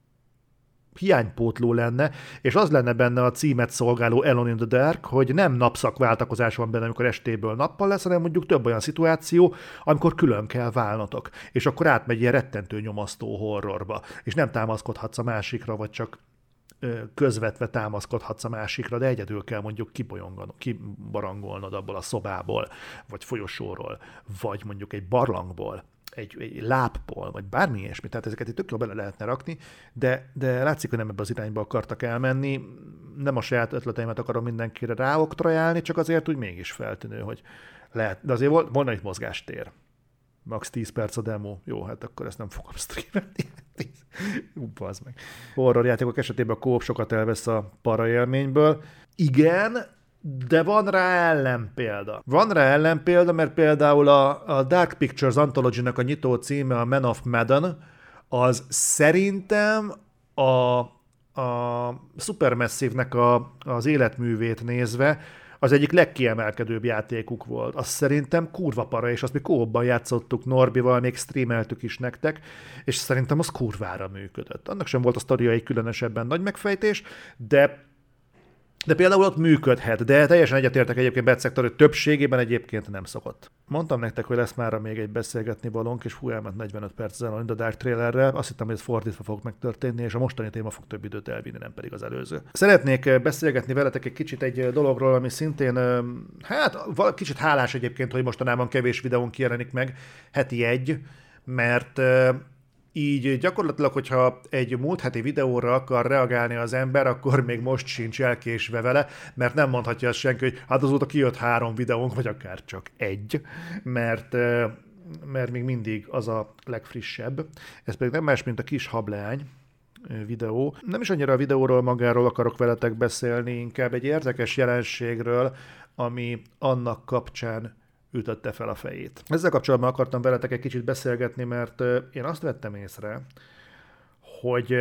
hiánypótló lenne, és az lenne benne a címet szolgáló Alone in the Dark, hogy nem napszakváltakozás van benne, amikor estéből nappal lesz, hanem mondjuk több olyan szituáció, amikor külön kell válnotok. És akkor átmegy ilyen rettentő nyomasztó horrorba. És nem támaszkodhatsz a másikra, vagy csak közvetve támaszkodhatsz a másikra, de egyedül kell mondjuk kibarangolnod abból a szobából, vagy folyosóról, vagy mondjuk egy barlangból, egy, egy lápból, vagy bármi ilyesmi. Tehát ezeket itt tök jól bele lehetne rakni, de, de látszik, hogy nem ebbe az irányba akartak elmenni. Nem a saját ötleteimet akarom mindenkire ráoktrajálni, csak azért úgy mégis feltűnő, hogy lehet. De azért volna itt mozgástér. Max tíz perc a demo. Jó, hát akkor ezt nem fogom streamelni. Ú, bazd meg. Horror játékok esetében a kóp sokat elvesz a para élményből. Igen, de van rá ellenpélda. Van rá ellenpélda, mert például a, a Dark Pictures Anthology-nak a nyitó címe, a Man of Medan, az szerintem a, a Supermassive-nek a, az életművét nézve az egyik legkiemelkedőbb játékuk volt. Azt szerintem kurva para, és azt mi kópban játszottuk Norbival, még streameltük is nektek, és szerintem az kurvára működött. Annak sem volt a sztoria egy különösebben nagy megfejtés, de De például ott működhet, de teljesen egyetértek egyébként Bad Sector, hogy többségében egyébként nem szokott. Mondtam nektek, hogy lesz mára még egy beszélgetni valónk, és fú, elment negyvenöt perc az Alone in the Dark trailerrel. Azt hittem, hogy ez fordítva fog megtörténni, és a mostani téma fog több időt elvinni, nem pedig az előző. Szeretnék beszélgetni veletek egy kicsit egy dologról, ami szintén, hát kicsit hálás egyébként, hogy mostanában kevés videón jelenik meg, heti egy, mert így gyakorlatilag, hogyha egy múlt heti videóra akar reagálni az ember, akkor még most sincs elkésve vele, mert nem mondhatja azt senki, hogy hát azóta kijött három videónk, vagy akár csak egy, mert, mert még mindig az a legfrissebb. Ez pedig nem más, mint a Kis hableány videó. Nem is annyira a videóról magáról akarok veletek beszélni, inkább egy érdekes jelenségről, ami annak kapcsán ütötte fel a fejét. Ezzel kapcsolatban akartam veletek egy kicsit beszélgetni, mert én azt vettem észre, hogy,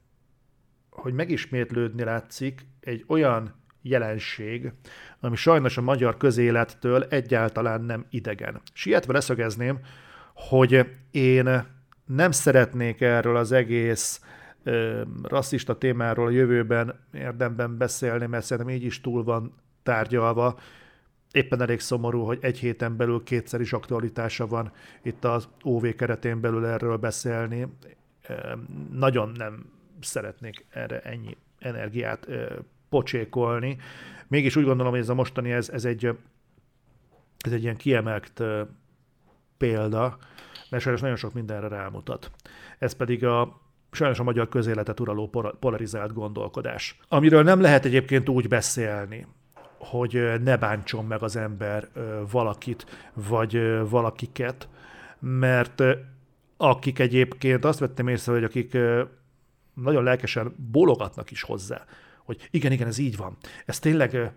hogy megismétlődni látszik egy olyan jelenség, ami sajnos a magyar közélettől egyáltalán nem idegen. Sietve leszögezném, hogy én nem szeretnék erről az egész ö, rasszista témáról a jövőben érdemben beszélni, mert szerintem így is túl van tárgyalva. Éppen elég szomorú, hogy egy héten belül kétszer is aktualitása van itt az ó vé keretén belül erről beszélni. Nagyon nem szeretnék erre ennyi energiát pocsékolni. Mégis úgy gondolom, hogy ez a mostani, ez, ez, egy, ez egy ilyen kiemelt példa, mert sajnos nagyon sok mindenre rámutat. Ez pedig a sajnos a magyar közéletet uraló polarizált gondolkodás. Amiről nem lehet egyébként úgy beszélni, hogy ne bántson meg az ember valakit, vagy valakiket, mert akik egyébként azt vettem észre, hogy akik nagyon lelkesen bólogatnak is hozzá, hogy igen, igen, ez így van. Ez tényleg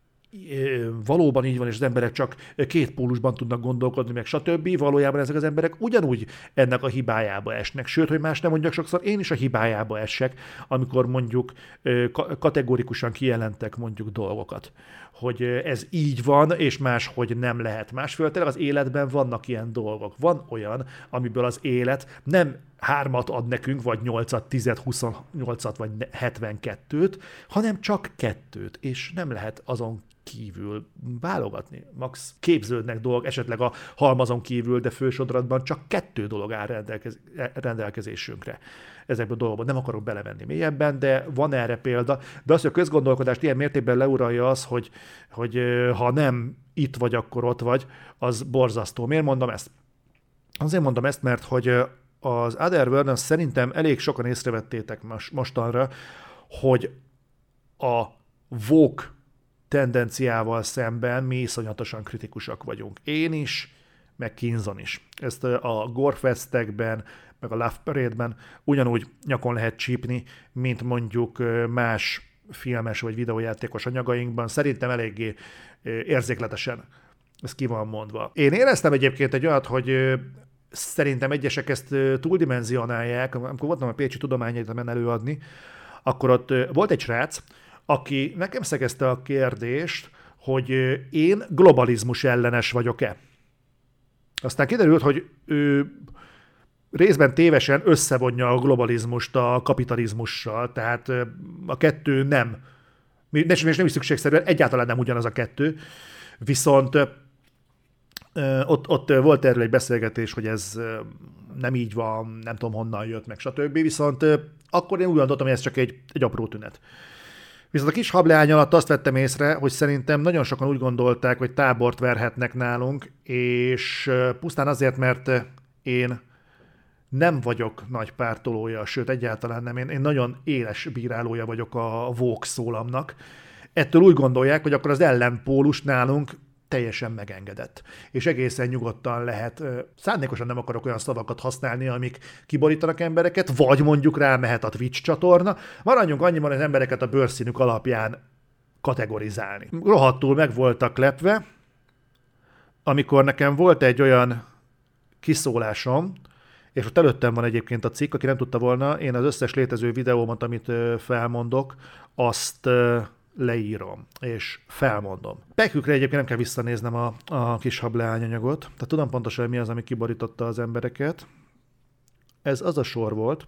valóban így van, és az emberek csak két pólusban tudnak gondolkodni, meg stb. Valójában ezek az emberek ugyanúgy ennek a hibájába esnek. Sőt, hogy más nem mondjak, sokszor én is a hibájába esek, amikor mondjuk kategórikusan kijelentek mondjuk dolgokat. Hogy ez így van, és máshogy nem lehet. Másfél tényleg az életben vannak ilyen dolgok. Van olyan, amiből az élet nem hármat ad nekünk, vagy nyolcat, tizet, huszonnyolcat, vagy hetvenkettőt, hanem csak kettőt, és nem lehet azon kívül válogatni. Max képződnek dolgok, esetleg a halmazon kívül, de fősodratban csak kettő dolog áll rendelkez, rendelkezésünkre. Ezekből a dolgokban nem akarok belemenni mélyebben, de van erre példa. De az, hogy a közgondolkodást ilyen mértékben leuralja az, hogy, hogy ha nem itt vagy, akkor ott vagy, az borzasztó. Miért mondom ezt? Azért mondom ezt, mert hogy az Otherworld-en szerintem elég sokan észrevettétek most, mostanra, hogy a woke tendenciával szemben mi iszonyatosan kritikusak vagyunk. Én is, meg Kinzon is. Ezt a Gorefestekben, meg a Love Parade-ben ugyanúgy nyakon lehet csípni, mint mondjuk más filmes vagy videójátékos anyagainkban. Szerintem eléggé érzékletesen ez ki van mondva. Én éreztem egyébként egy olyat, hogy szerintem egyesek ezt túldimenzionálják. Amikor voltam a Pécsi Tudományegyetemen előadni, akkor ott volt egy srác, aki nekem szegezte a kérdést, hogy én globalizmus ellenes vagyok-e. Aztán kiderült, hogy ő részben tévesen összevonja a globalizmust a kapitalizmussal, tehát a kettő nem, és nem is szükségszerűen, egyáltalán nem ugyanaz a kettő, viszont ott, ott volt erről egy beszélgetés, hogy ez nem így van, nem tudom honnan jött, meg stb. Viszont akkor én úgy gondoltam, hogy ez csak egy, egy apró tünet. Viszont a kis hableány alatt azt vettem észre, hogy szerintem nagyon sokan úgy gondolták, hogy tábort verhetnek nálunk, és pusztán azért, mert én nem vagyok nagy pártolója, sőt egyáltalán nem, én, én nagyon éles bírálója vagyok a woke szólamnak. Ettől úgy gondolják, hogy akkor az ellenpólus nálunk teljesen megengedett. És egészen nyugodtan lehet, szándékosan nem akarok olyan szavakat használni, amik kiborítanak embereket, vagy mondjuk rámehet a Twitch csatorna, maradjunk annyiban, az embereket a bőrszínük alapján kategorizálni. Rohadtul meg voltak lepve, amikor nekem volt egy olyan kiszólásom, és ott előttem van egyébként a cikk, aki nem tudta volna, én az összes létező videómat, amit felmondok, azt leírom, és felmondom. Pekükre egyébként nem kell visszanéznem a, a kis hableányanyagot, tehát tudom pontosan, mi az, ami kiborította az embereket. Ez az a sor volt,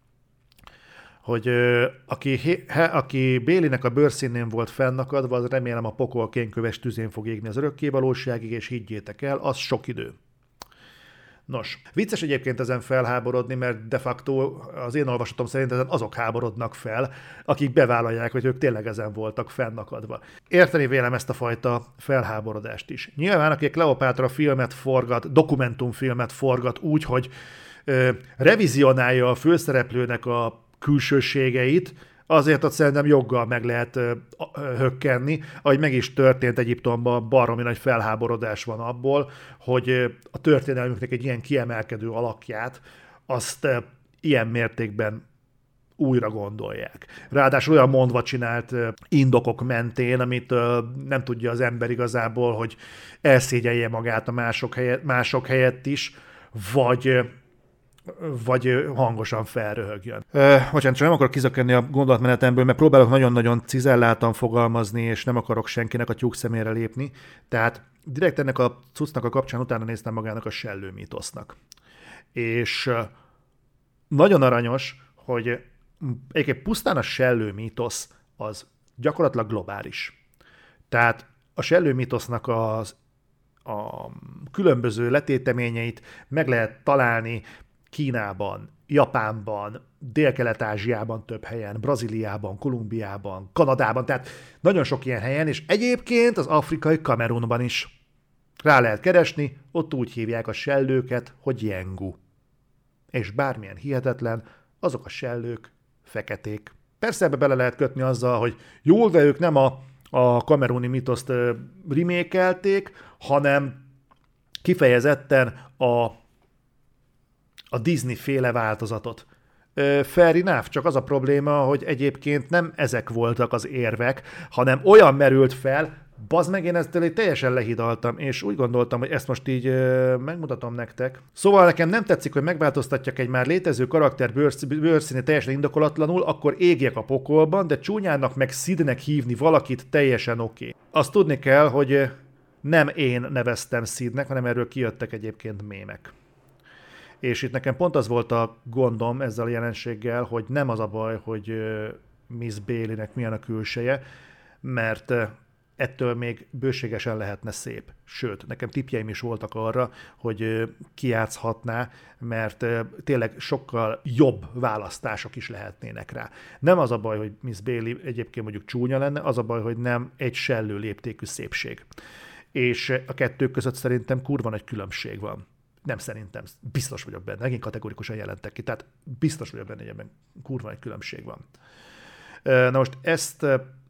hogy aki, he, aki Bélinek a bőrszínén volt fennakadva, az remélem a pokol kénköves tüzén fog égni az örökkévalóságig, és higgyétek el, az sok idő. Nos, vicces egyébként ezen felháborodni, mert de facto az én olvasatom szerint ezen azok háborodnak fel, akik bevállalják, hogy ők tényleg ezen voltak fennakadva. Érteni vélem ezt a fajta felháborodást is. Nyilván, akik Kleopátra filmet forgat, dokumentumfilmet forgat úgy, hogy ö, revizionálja a főszereplőnek a külsőségeit, azért ott szerintem joggal meg lehet ö, ö, hökkenni, ahogy meg is történt Egyiptomban, baromi nagy felháborodás van abból, hogy ö, a történelmünknek egy ilyen kiemelkedő alakját, azt ö, ilyen mértékben újra gondolják. Ráadásul olyan mondva csinált ö, indokok mentén, amit ö, nem tudja az ember igazából, hogy elszégyelje magát a mások helyett, mások helyett is, vagy ö, vagy hangosan felröhögjön. Uh, bocsánat, csak nem akarok kizökkenni a gondolatmenetemből, mert próbálok nagyon-nagyon cizelláltan fogalmazni, és nem akarok senkinek a tyúk szemére lépni. Tehát direkt ennek a cuccnak a kapcsán utána néztem magának a sellő mítosznak. És uh, nagyon aranyos, hogy egyébként pusztán a sellő mítosz az gyakorlatilag globális. Tehát a sellő mítosznak az a különböző letéteményeit meg lehet találni Kínában, Japánban, Dél-Kelet-Ázsiában több helyen, Brazíliában, Kolumbiában, Kanadában, tehát nagyon sok ilyen helyen, és egyébként az afrikai Kamerunban is rá lehet keresni, ott úgy hívják a sellőket, hogy jengu. És bármilyen hihetetlen, azok a sellők feketék. Persze ebbe bele lehet kötni azzal, hogy jól, de ők nem a a kameruni mitoszt remékelték, hanem kifejezetten a, a Disney-féle változatot. Fair enough, csak az a probléma, hogy egyébként nem ezek voltak az érvek, hanem olyan merült fel, bazd meg, én ezt teljesen lehidaltam, és úgy gondoltam, hogy ezt most így ö, megmutatom nektek. Szóval nekem nem tetszik, hogy megváltoztatjak egy már létező karakter bőrszíni teljesen indokolatlanul, akkor égjek a pokolban, de csúnyának meg Sidnek hívni valakit teljesen oké. Okay. Azt tudni kell, hogy nem én neveztem Sidnek, hanem erről kijöttek egyébként mémek. És itt nekem pont az volt a gondom ezzel a jelenséggel, hogy nem az a baj, hogy Miss Baileynek milyen a külseje, mert ettől még bőségesen lehetne szép. Sőt, nekem tippjeim is voltak arra, hogy kijátszhatná, mert tényleg sokkal jobb választások is lehetnének rá. Nem az a baj, hogy Miss Bailey egyébként mondjuk csúnya lenne, az a baj, hogy nem egy sellő léptékű szépség. És a kettő között szerintem kurva nagy különbség van. Nem szerintem, biztos vagyok benne, megint kategorikusan jelentek ki, tehát biztos vagyok benne, hogy ebben kurva egy különbség van. Na most ezt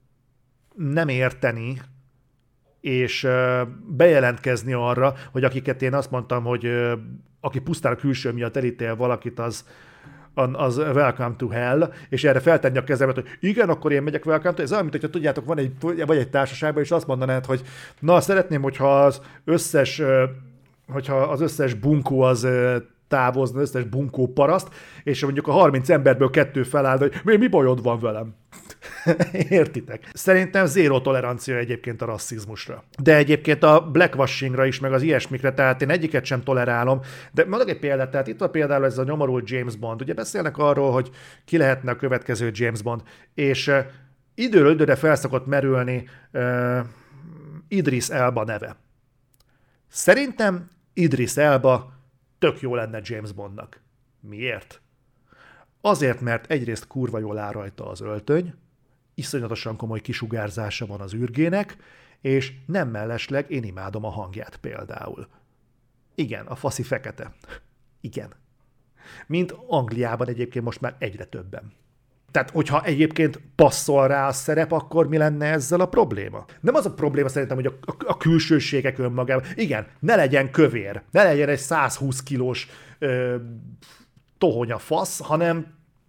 nem érteni, és bejelentkezni arra, hogy akiket én azt mondtam, hogy aki pusztán a külső miatt elítél valakit, az, az welcome to hell, és erre feltenni a kezemet, hogy igen, akkor én megyek welcome to, ez olyan, mint hogyha tudjátok, van egy, vagy egy társaságban, és azt mondanád, hogy na, szeretném, hogyha az összes hogyha az összes bunkó az távozna, az összes bunkó paraszt, és mondjuk a harminc emberből kettő feláll, hogy mi, mi bajod van velem? Értitek? Szerintem zéró tolerancia egyébként a rasszizmusra. De egyébként a blackwashingra is, meg az ilyesmikre, tehát én egyiket sem tolerálom. De mondok egy példát, tehát itt van például ez a nyomorult James Bond. Ugye beszélnek arról, hogy ki lehetne a következő James Bond, és uh, időről időre felszokott merülni uh, Idris Elba neve. Szerintem Idris Elba tök jó lenne James Bondnak. Miért? Azért, mert egyrészt kurva jól áll rajta az öltöny, iszonyatosan komoly kisugárzása van az űrgének, és nem mellesleg én imádom a hangját például. Igen, a faszi fekete. Igen. Mint Angliában egyébként most már egyre többen. Tehát, hogyha egyébként passzol rá a szerep, akkor mi lenne ezzel a probléma? Nem az a probléma szerintem, hogy a, a, a külsőségek önmagában. Igen, ne legyen kövér, ne legyen egy százhúsz kilós ö, tohonya fasz, hanem,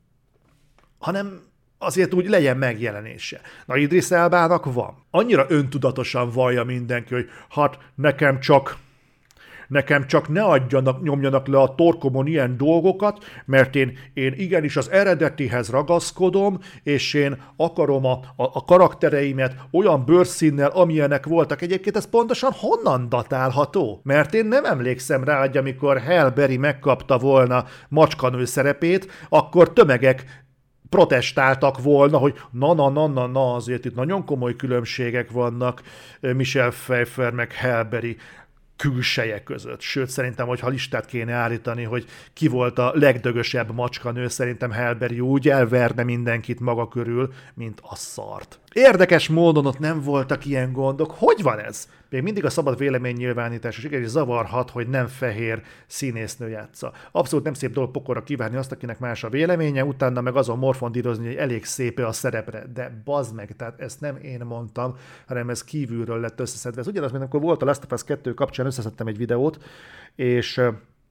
hanem azért úgy legyen megjelenése. Na, Idris Elbának van. Annyira öntudatosan vallja mindenki, hogy hát nekem csak... Nekem csak ne adjanak, nyomjanak le a torkomon ilyen dolgokat, mert én, én igenis az eredetihez ragaszkodom, és én akarom a, a, a karaktereimet olyan bőrszínnel, amilyenek voltak. Egyébként ez pontosan honnan datálható? Mert én nem emlékszem rá, hogy amikor Halle Berry megkapta volna macskanő szerepét, akkor tömegek protestáltak volna, hogy na, na, na, na, na, azért itt nagyon komoly különbségek vannak Michelle Pfeiffer meg Halle Berry külseje között. Sőt, szerintem, hogyha listát kéne állítani, hogy ki volt a legdögösebb macskanő, szerintem Halle Berry úgy elverne mindenkit maga körül, mint a szart. Érdekes módon ott nem voltak ilyen gondok. Hogy van ez? Még mindig a szabad véleménynyilvánítás, és igenis zavarhat, hogy nem fehér színésznő játsza. Abszolút nem szép dolog pokorra kívánni azt, akinek más a véleménye, utána meg azon morfondírozni, hogy elég szép a szerepre. De bazd meg, tehát ezt nem én mondtam, hanem ez kívülről lett összeszedve. Ez ugyanaz, mint amikor volt a Last of Us kettő kapcsán, összeszedtem egy videót, és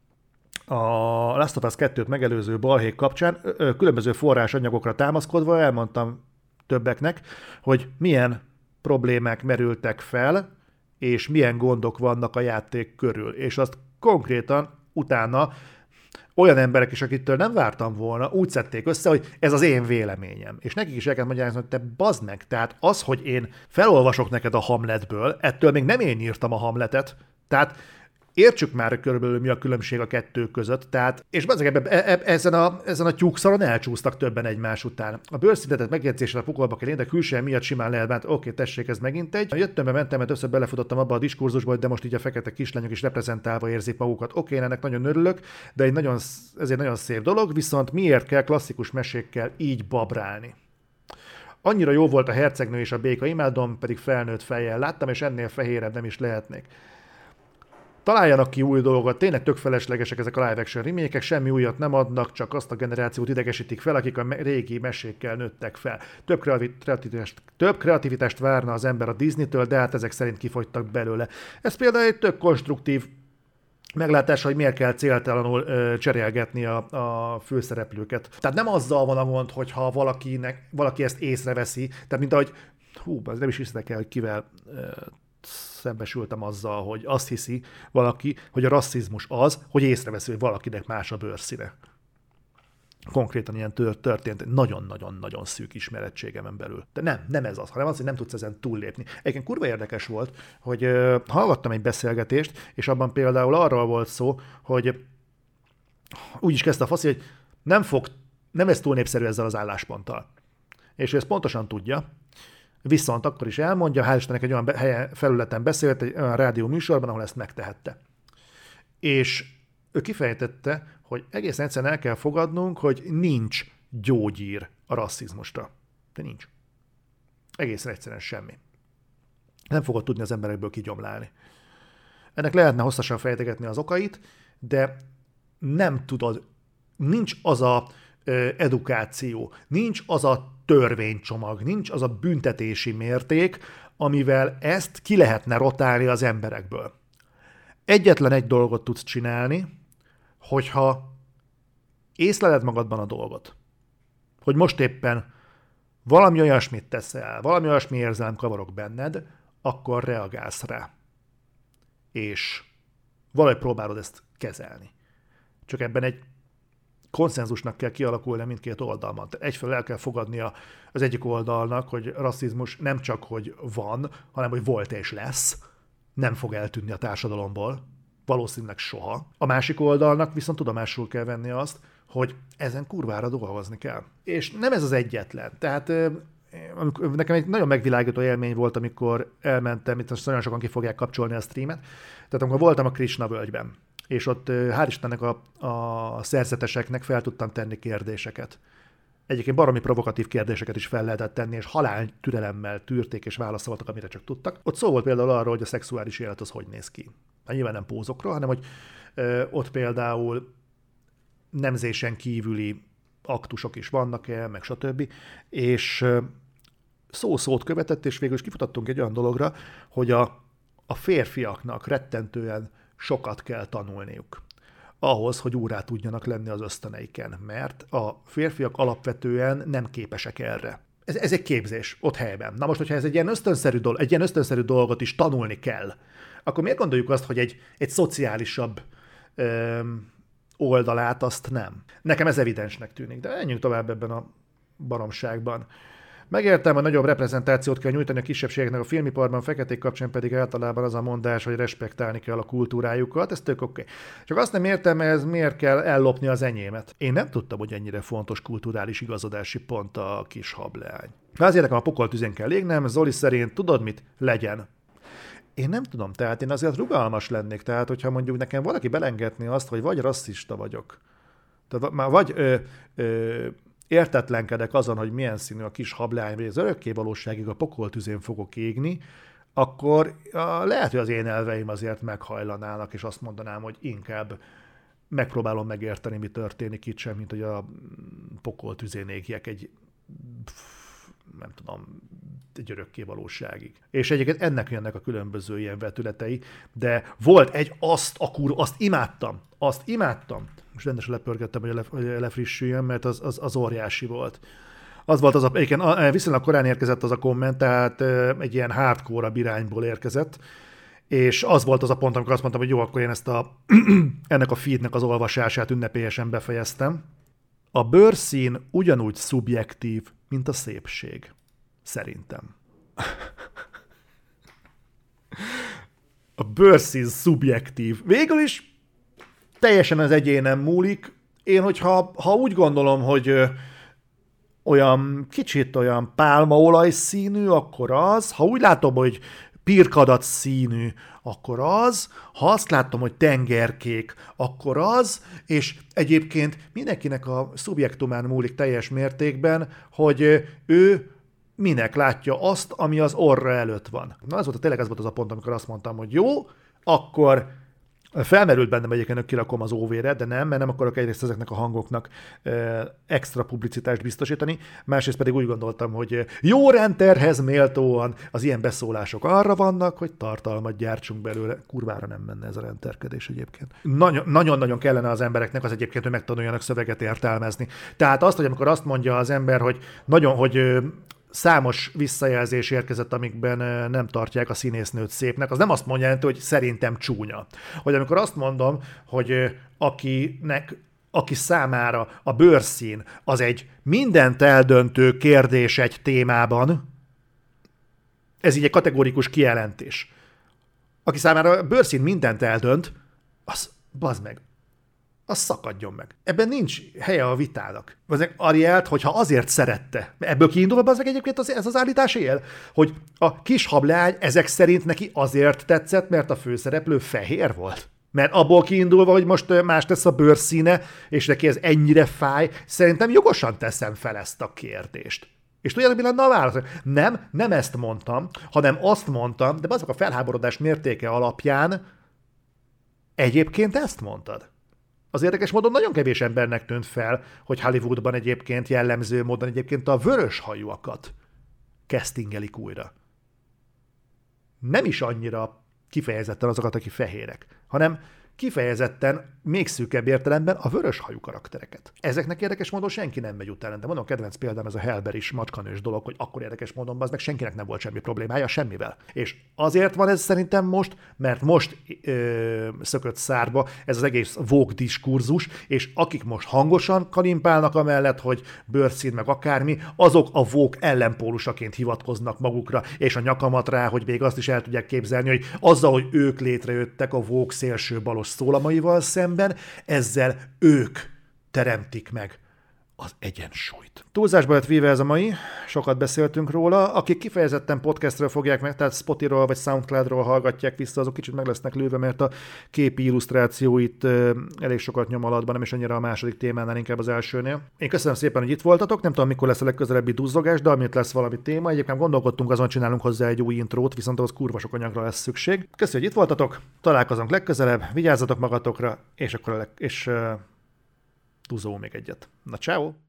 a Last of Us kettőt megelőző balhék kapcsán különböző forrásanyagokra támaszkodva elmondtam többeknek, hogy milyen problémák merültek fel, és milyen gondok vannak a játék körül. És azt konkrétan utána olyan emberek is, akitől nem vártam volna, úgy szedték össze, hogy ez az én véleményem. És nekik is el kell magyarázni, hogy te bazd meg. Tehát az, hogy én felolvasok neked a Hamletből, ettől még nem én írtam a Hamletet. Tehát értsük már körülbelül, mi a különbség a kettő között, tehát, és ebben, e, ezen, a, ezen a tyúkszaron elcsúsztak többen egymás után. A bőrszínetet megjegyzéssel a pokolba kell de külső miatt simán lehet, mert oké, okay, tessék, ez megint egy. Jöttem, mentem, mert össze belefutottam abba a diskurzusba, de most így a fekete kislányok is reprezentálva érzik magukat. Oké, okay, ennek nagyon örülök, de egy nagyon, ez egy nagyon szép dolog, viszont miért kell klasszikus mesékkel így babrálni? Annyira jó volt a Hercegnő és a béka, imádom, pedig felnőtt fejjel láttam, és ennél fehérebb nem is lehetnék. találjanak ki új dolgot, tényleg tök feleslegesek ezek a live action remake-ek, semmi újat nem adnak, csak azt a generációt idegesítik fel, akik a régi mesékkel nőttek fel. Több kreativitást, több kreativitást várna az ember a Disney-től, de hát ezek szerint kifogytak belőle. Ez például egy tök konstruktív meglátás, hogy miért kell céltalanul ö, cserélgetni a, a főszereplőket. Tehát nem azzal van a gond, hogyha valakinek, valaki ezt észreveszi, tehát mint ahogy, hú, ez nem is hisznek el, hogy kivel ö, szembesültem azzal, hogy azt hiszi valaki, hogy a rasszizmus az, hogy észreveszi, hogy valakinek más a bőrszíne. Konkrétan ilyen történt, nagyon-nagyon-nagyon szűk ismerettségemen belül. De nem, nem ez az, hanem az, hogy nem tudsz ezen túllépni. Egyébként kurva érdekes volt, hogy uh, hallgattam egy beszélgetést, és abban például arról volt szó, hogy úgy is kezdte a faszi, hogy nem fog, nem lesz túl népszerű ezzel az állásponttal. És ő ezt pontosan tudja, viszont akkor is elmondja, hál' Istennek egy olyan helyen, felületen beszélt, egy olyan rádió műsorban, ahol ezt megtehette. És ő kifejtette, hogy egészen egyszerűen el kell fogadnunk, hogy nincs gyógyír a rasszizmusra. De nincs. Egészen egyszerűen semmi. Nem fogod tudni az emberekből kigyomlálni. Ennek lehetne hosszasan fejtegetni az okait, de nem tudod, nincs az a ö, edukáció, nincs az a törvénycsomag, nincs az a büntetési mérték, amivel ezt ki lehetne rotálni az emberekből. Egyetlen egy dolgot tudsz csinálni, hogyha észleled magadban a dolgot, hogy most éppen valami olyasmit teszel, valami olyasmi érzelem kavarok benned, akkor reagálsz rá. És valahogy próbálod ezt kezelni. Csak ebben egy konszenzusnak kell kialakulni mindkét oldalban. Egyfelől el kell fogadnia az egyik oldalnak, hogy rasszizmus nem csak, hogy van, hanem, hogy volt és lesz, nem fog eltűnni a társadalomból, valószínűleg soha. A másik oldalnak viszont tudomásul kell venni azt, hogy ezen kurvára dolgozni kell. És nem ez az egyetlen. Tehát nekem egy nagyon megvilágító élmény volt, amikor elmentem, itt most nagyon sokan ki fogják kapcsolni a streamet, tehát amikor voltam a Krishna völgyben, és ott hál' Istennek a, a szerzeteseknek fel tudtam tenni kérdéseket. Egyébként baromi provokatív kérdéseket is fel lehetett tenni, és halál türelemmel tűrték és válaszoltak, amire csak tudtak. Ott szó volt például arról, hogy a szexuális élet az hogy néz ki. Hát nyilván nem pózokról, hanem hogy ö, ott például nemzésen kívüli aktusok is vannak-e, meg stb. És ö, szó-szót követett, és végül is kifutattunk egy olyan dologra, hogy a, a férfiaknak rettentően sokat kell tanulniuk ahhoz, hogy úrá tudjanak lenni az ösztöneiken, mert a férfiak alapvetően nem képesek erre. Ez, ez egy képzés, ott helyben. Na most, hogyha ez egy ilyen ösztönszerű, dolog, egy ilyen ösztönszerű dolgot is tanulni kell, akkor miért gondoljuk azt, hogy egy, egy szociálisabb öm, oldalát azt nem? Nekem ez evidensnek tűnik, de menjünk tovább ebben a baromságban. Megértem, hogy nagyobb reprezentációt kell nyújtani a kisebbségeknek a filmiparban, a feketék kapcsán pedig általában az a mondás, hogy respektálni kell a kultúrájukat, ez tök oké. Okay. Csak azt nem értem, ez miért kell ellopni az enyémet. Én nem tudtam, hogy ennyire fontos kulturális igazodási pont a kis hableány. Ha azért nekem a pokoltüzén kell légnem, Zoli szerint tudod mit? Legyen. Én nem tudom, tehát én azért rugalmas lennék, tehát hogyha mondjuk nekem valaki belengedni azt, hogy vagy rasszista vagyok, tehát már vagy ö, ö, értetlenkedek azon, hogy milyen színű a kis hableány, vagy az örökké valóságig a pokoltüzén fogok égni, akkor a, lehet, hogy az én elveim azért meghajlanának, és azt mondanám, hogy inkább megpróbálom megérteni, mi történik itt sem, mint hogy a pokoltüzén égjek egy, nem tudom, egy örökké valóságig. És egyébként ennek jönnek a különböző ilyen vetületei, de volt egy azt a kurva, azt imádtam, azt imádtam, most rendesen lepörgettem, hogy, le, hogy lefrissüljön, mert az, az, az óriási volt. Az volt az a, egyébként viszonylag korán érkezett az a komment, tehát egy ilyen hardcore irányból érkezett, és az volt az a pont, amikor azt mondtam, hogy jó, akkor én ezt a, ennek a feednek az olvasását ünnepélyesen befejeztem. A bőrszín ugyanúgy szubjektív, mint a szépség. Szerintem. A bőrszín szubjektív. Végül is teljesen az egyénen múlik. Én, hogyha ha úgy gondolom, hogy ö, olyan kicsit olyan pálmaolaj színű, akkor az. Ha úgy látom, hogy pirkadat színű, akkor az. Ha azt látom, hogy tengerkék, akkor az. És egyébként mindenkinek a szubjektumán múlik teljes mértékben, hogy ő minek látja azt, ami az orra előtt van. Na ez volt a, tényleg ez volt az a pont, amikor azt mondtam, hogy jó, akkor Felmerült bennem egyébként, hogy kirakom az ó vé-re, de nem, mert nem akarok egyrészt ezeknek a hangoknak e, extra publicitást biztosítani, másrészt pedig úgy gondoltam, hogy jó renterhez méltóan az ilyen beszólások arra vannak, hogy tartalmat gyártsunk belőle. Kurvára nem menne ez a renterkedés egyébként. Nagyon-nagyon kellene az embereknek az egyébként, hogy megtanuljanak szöveget értelmezni. Tehát azt, hogy amikor azt mondja az ember, hogy nagyon, hogy számos visszajelzés érkezett, amikben nem tartják a színésznőt szépnek, az nem azt mondja, hogy szerintem csúnya. Hogy amikor azt mondom, hogy akinek, aki számára a bőrszín az egy mindent eldöntő kérdés egy témában, ez így egy kategórikus kijelentés. Aki számára a bőrszín mindent eldönt, az bazd meg, az szakadjon meg. Ebben nincs helye a vitának. Azek Arielt, hogyha azért szerette, ebből kiindulva az meg egyébként az, ez az állítás él, hogy a kis hableány ezek szerint neki azért tetszett, mert a főszereplő fehér volt. Mert abból kiindulva, hogy most más lesz a bőrszíne, és neki ez ennyire fáj, szerintem jogosan teszem fel ezt a kérdést. És tudjátok, mi lenne a válasz? Nem, nem ezt mondtam, hanem azt mondtam, de azok a felháborodás mértéke alapján egyébként ezt mondtad. Az érdekes módon nagyon kevés embernek tűnt fel, hogy Hollywoodban egyébként jellemző módon egyébként a vörös hajúakat castingelik újra. Nem is annyira kifejezetten azokat, akik fehérek, hanem kifejezetten még szűkebb értelemben a vörös hajú karaktereket. Ezeknek érdekes módon senki nem megy utána, de mondom, kedvenc példám ez a Hellberry-s macskanős dolog, hogy akkor érdekes módon az meg senkinek nem volt semmi problémája semmivel. És azért van ez szerintem most, mert most ö, szökött szárba ez az egész woke diskurzus, és akik most hangosan kalimpálnak amellett, hogy bőrszín meg akármi, azok a woke ellenpólusaként hivatkoznak magukra, és a nyakamat rá, hogy még azt is el tudják képzelni, hogy azzal, hogy ők létrejöttek a woke szélső balos szólamaival szemben, ezzel ők teremtik meg az egyensúlyt. Túlzásba lett véve ez a mai, sokat beszéltünk róla, akik kifejezetten podcastről fogják meg, tehát Spotifyról vagy Soundcloudról hallgatják vissza, azok kicsit meg lesznek lőve, mert a képi illusztrációit elég sokat nyom alatban, nem is annyira a második témánál, inkább az elsőnél. Én köszönöm szépen, hogy itt voltatok, nem tudom, mikor lesz a legközelebbi duzzogás, de amint lesz valami téma, egyébként gondolkodtunk, azon csinálunk hozzá egy új intrót, viszont ahhoz kurva sok anyagra lesz szükség. Köszönöm, hogy itt voltatok, találkozunk legközelebb, vigyázzatok magatokra, és akkor a leg... és uh, duzzó még egyet. Na, ciao.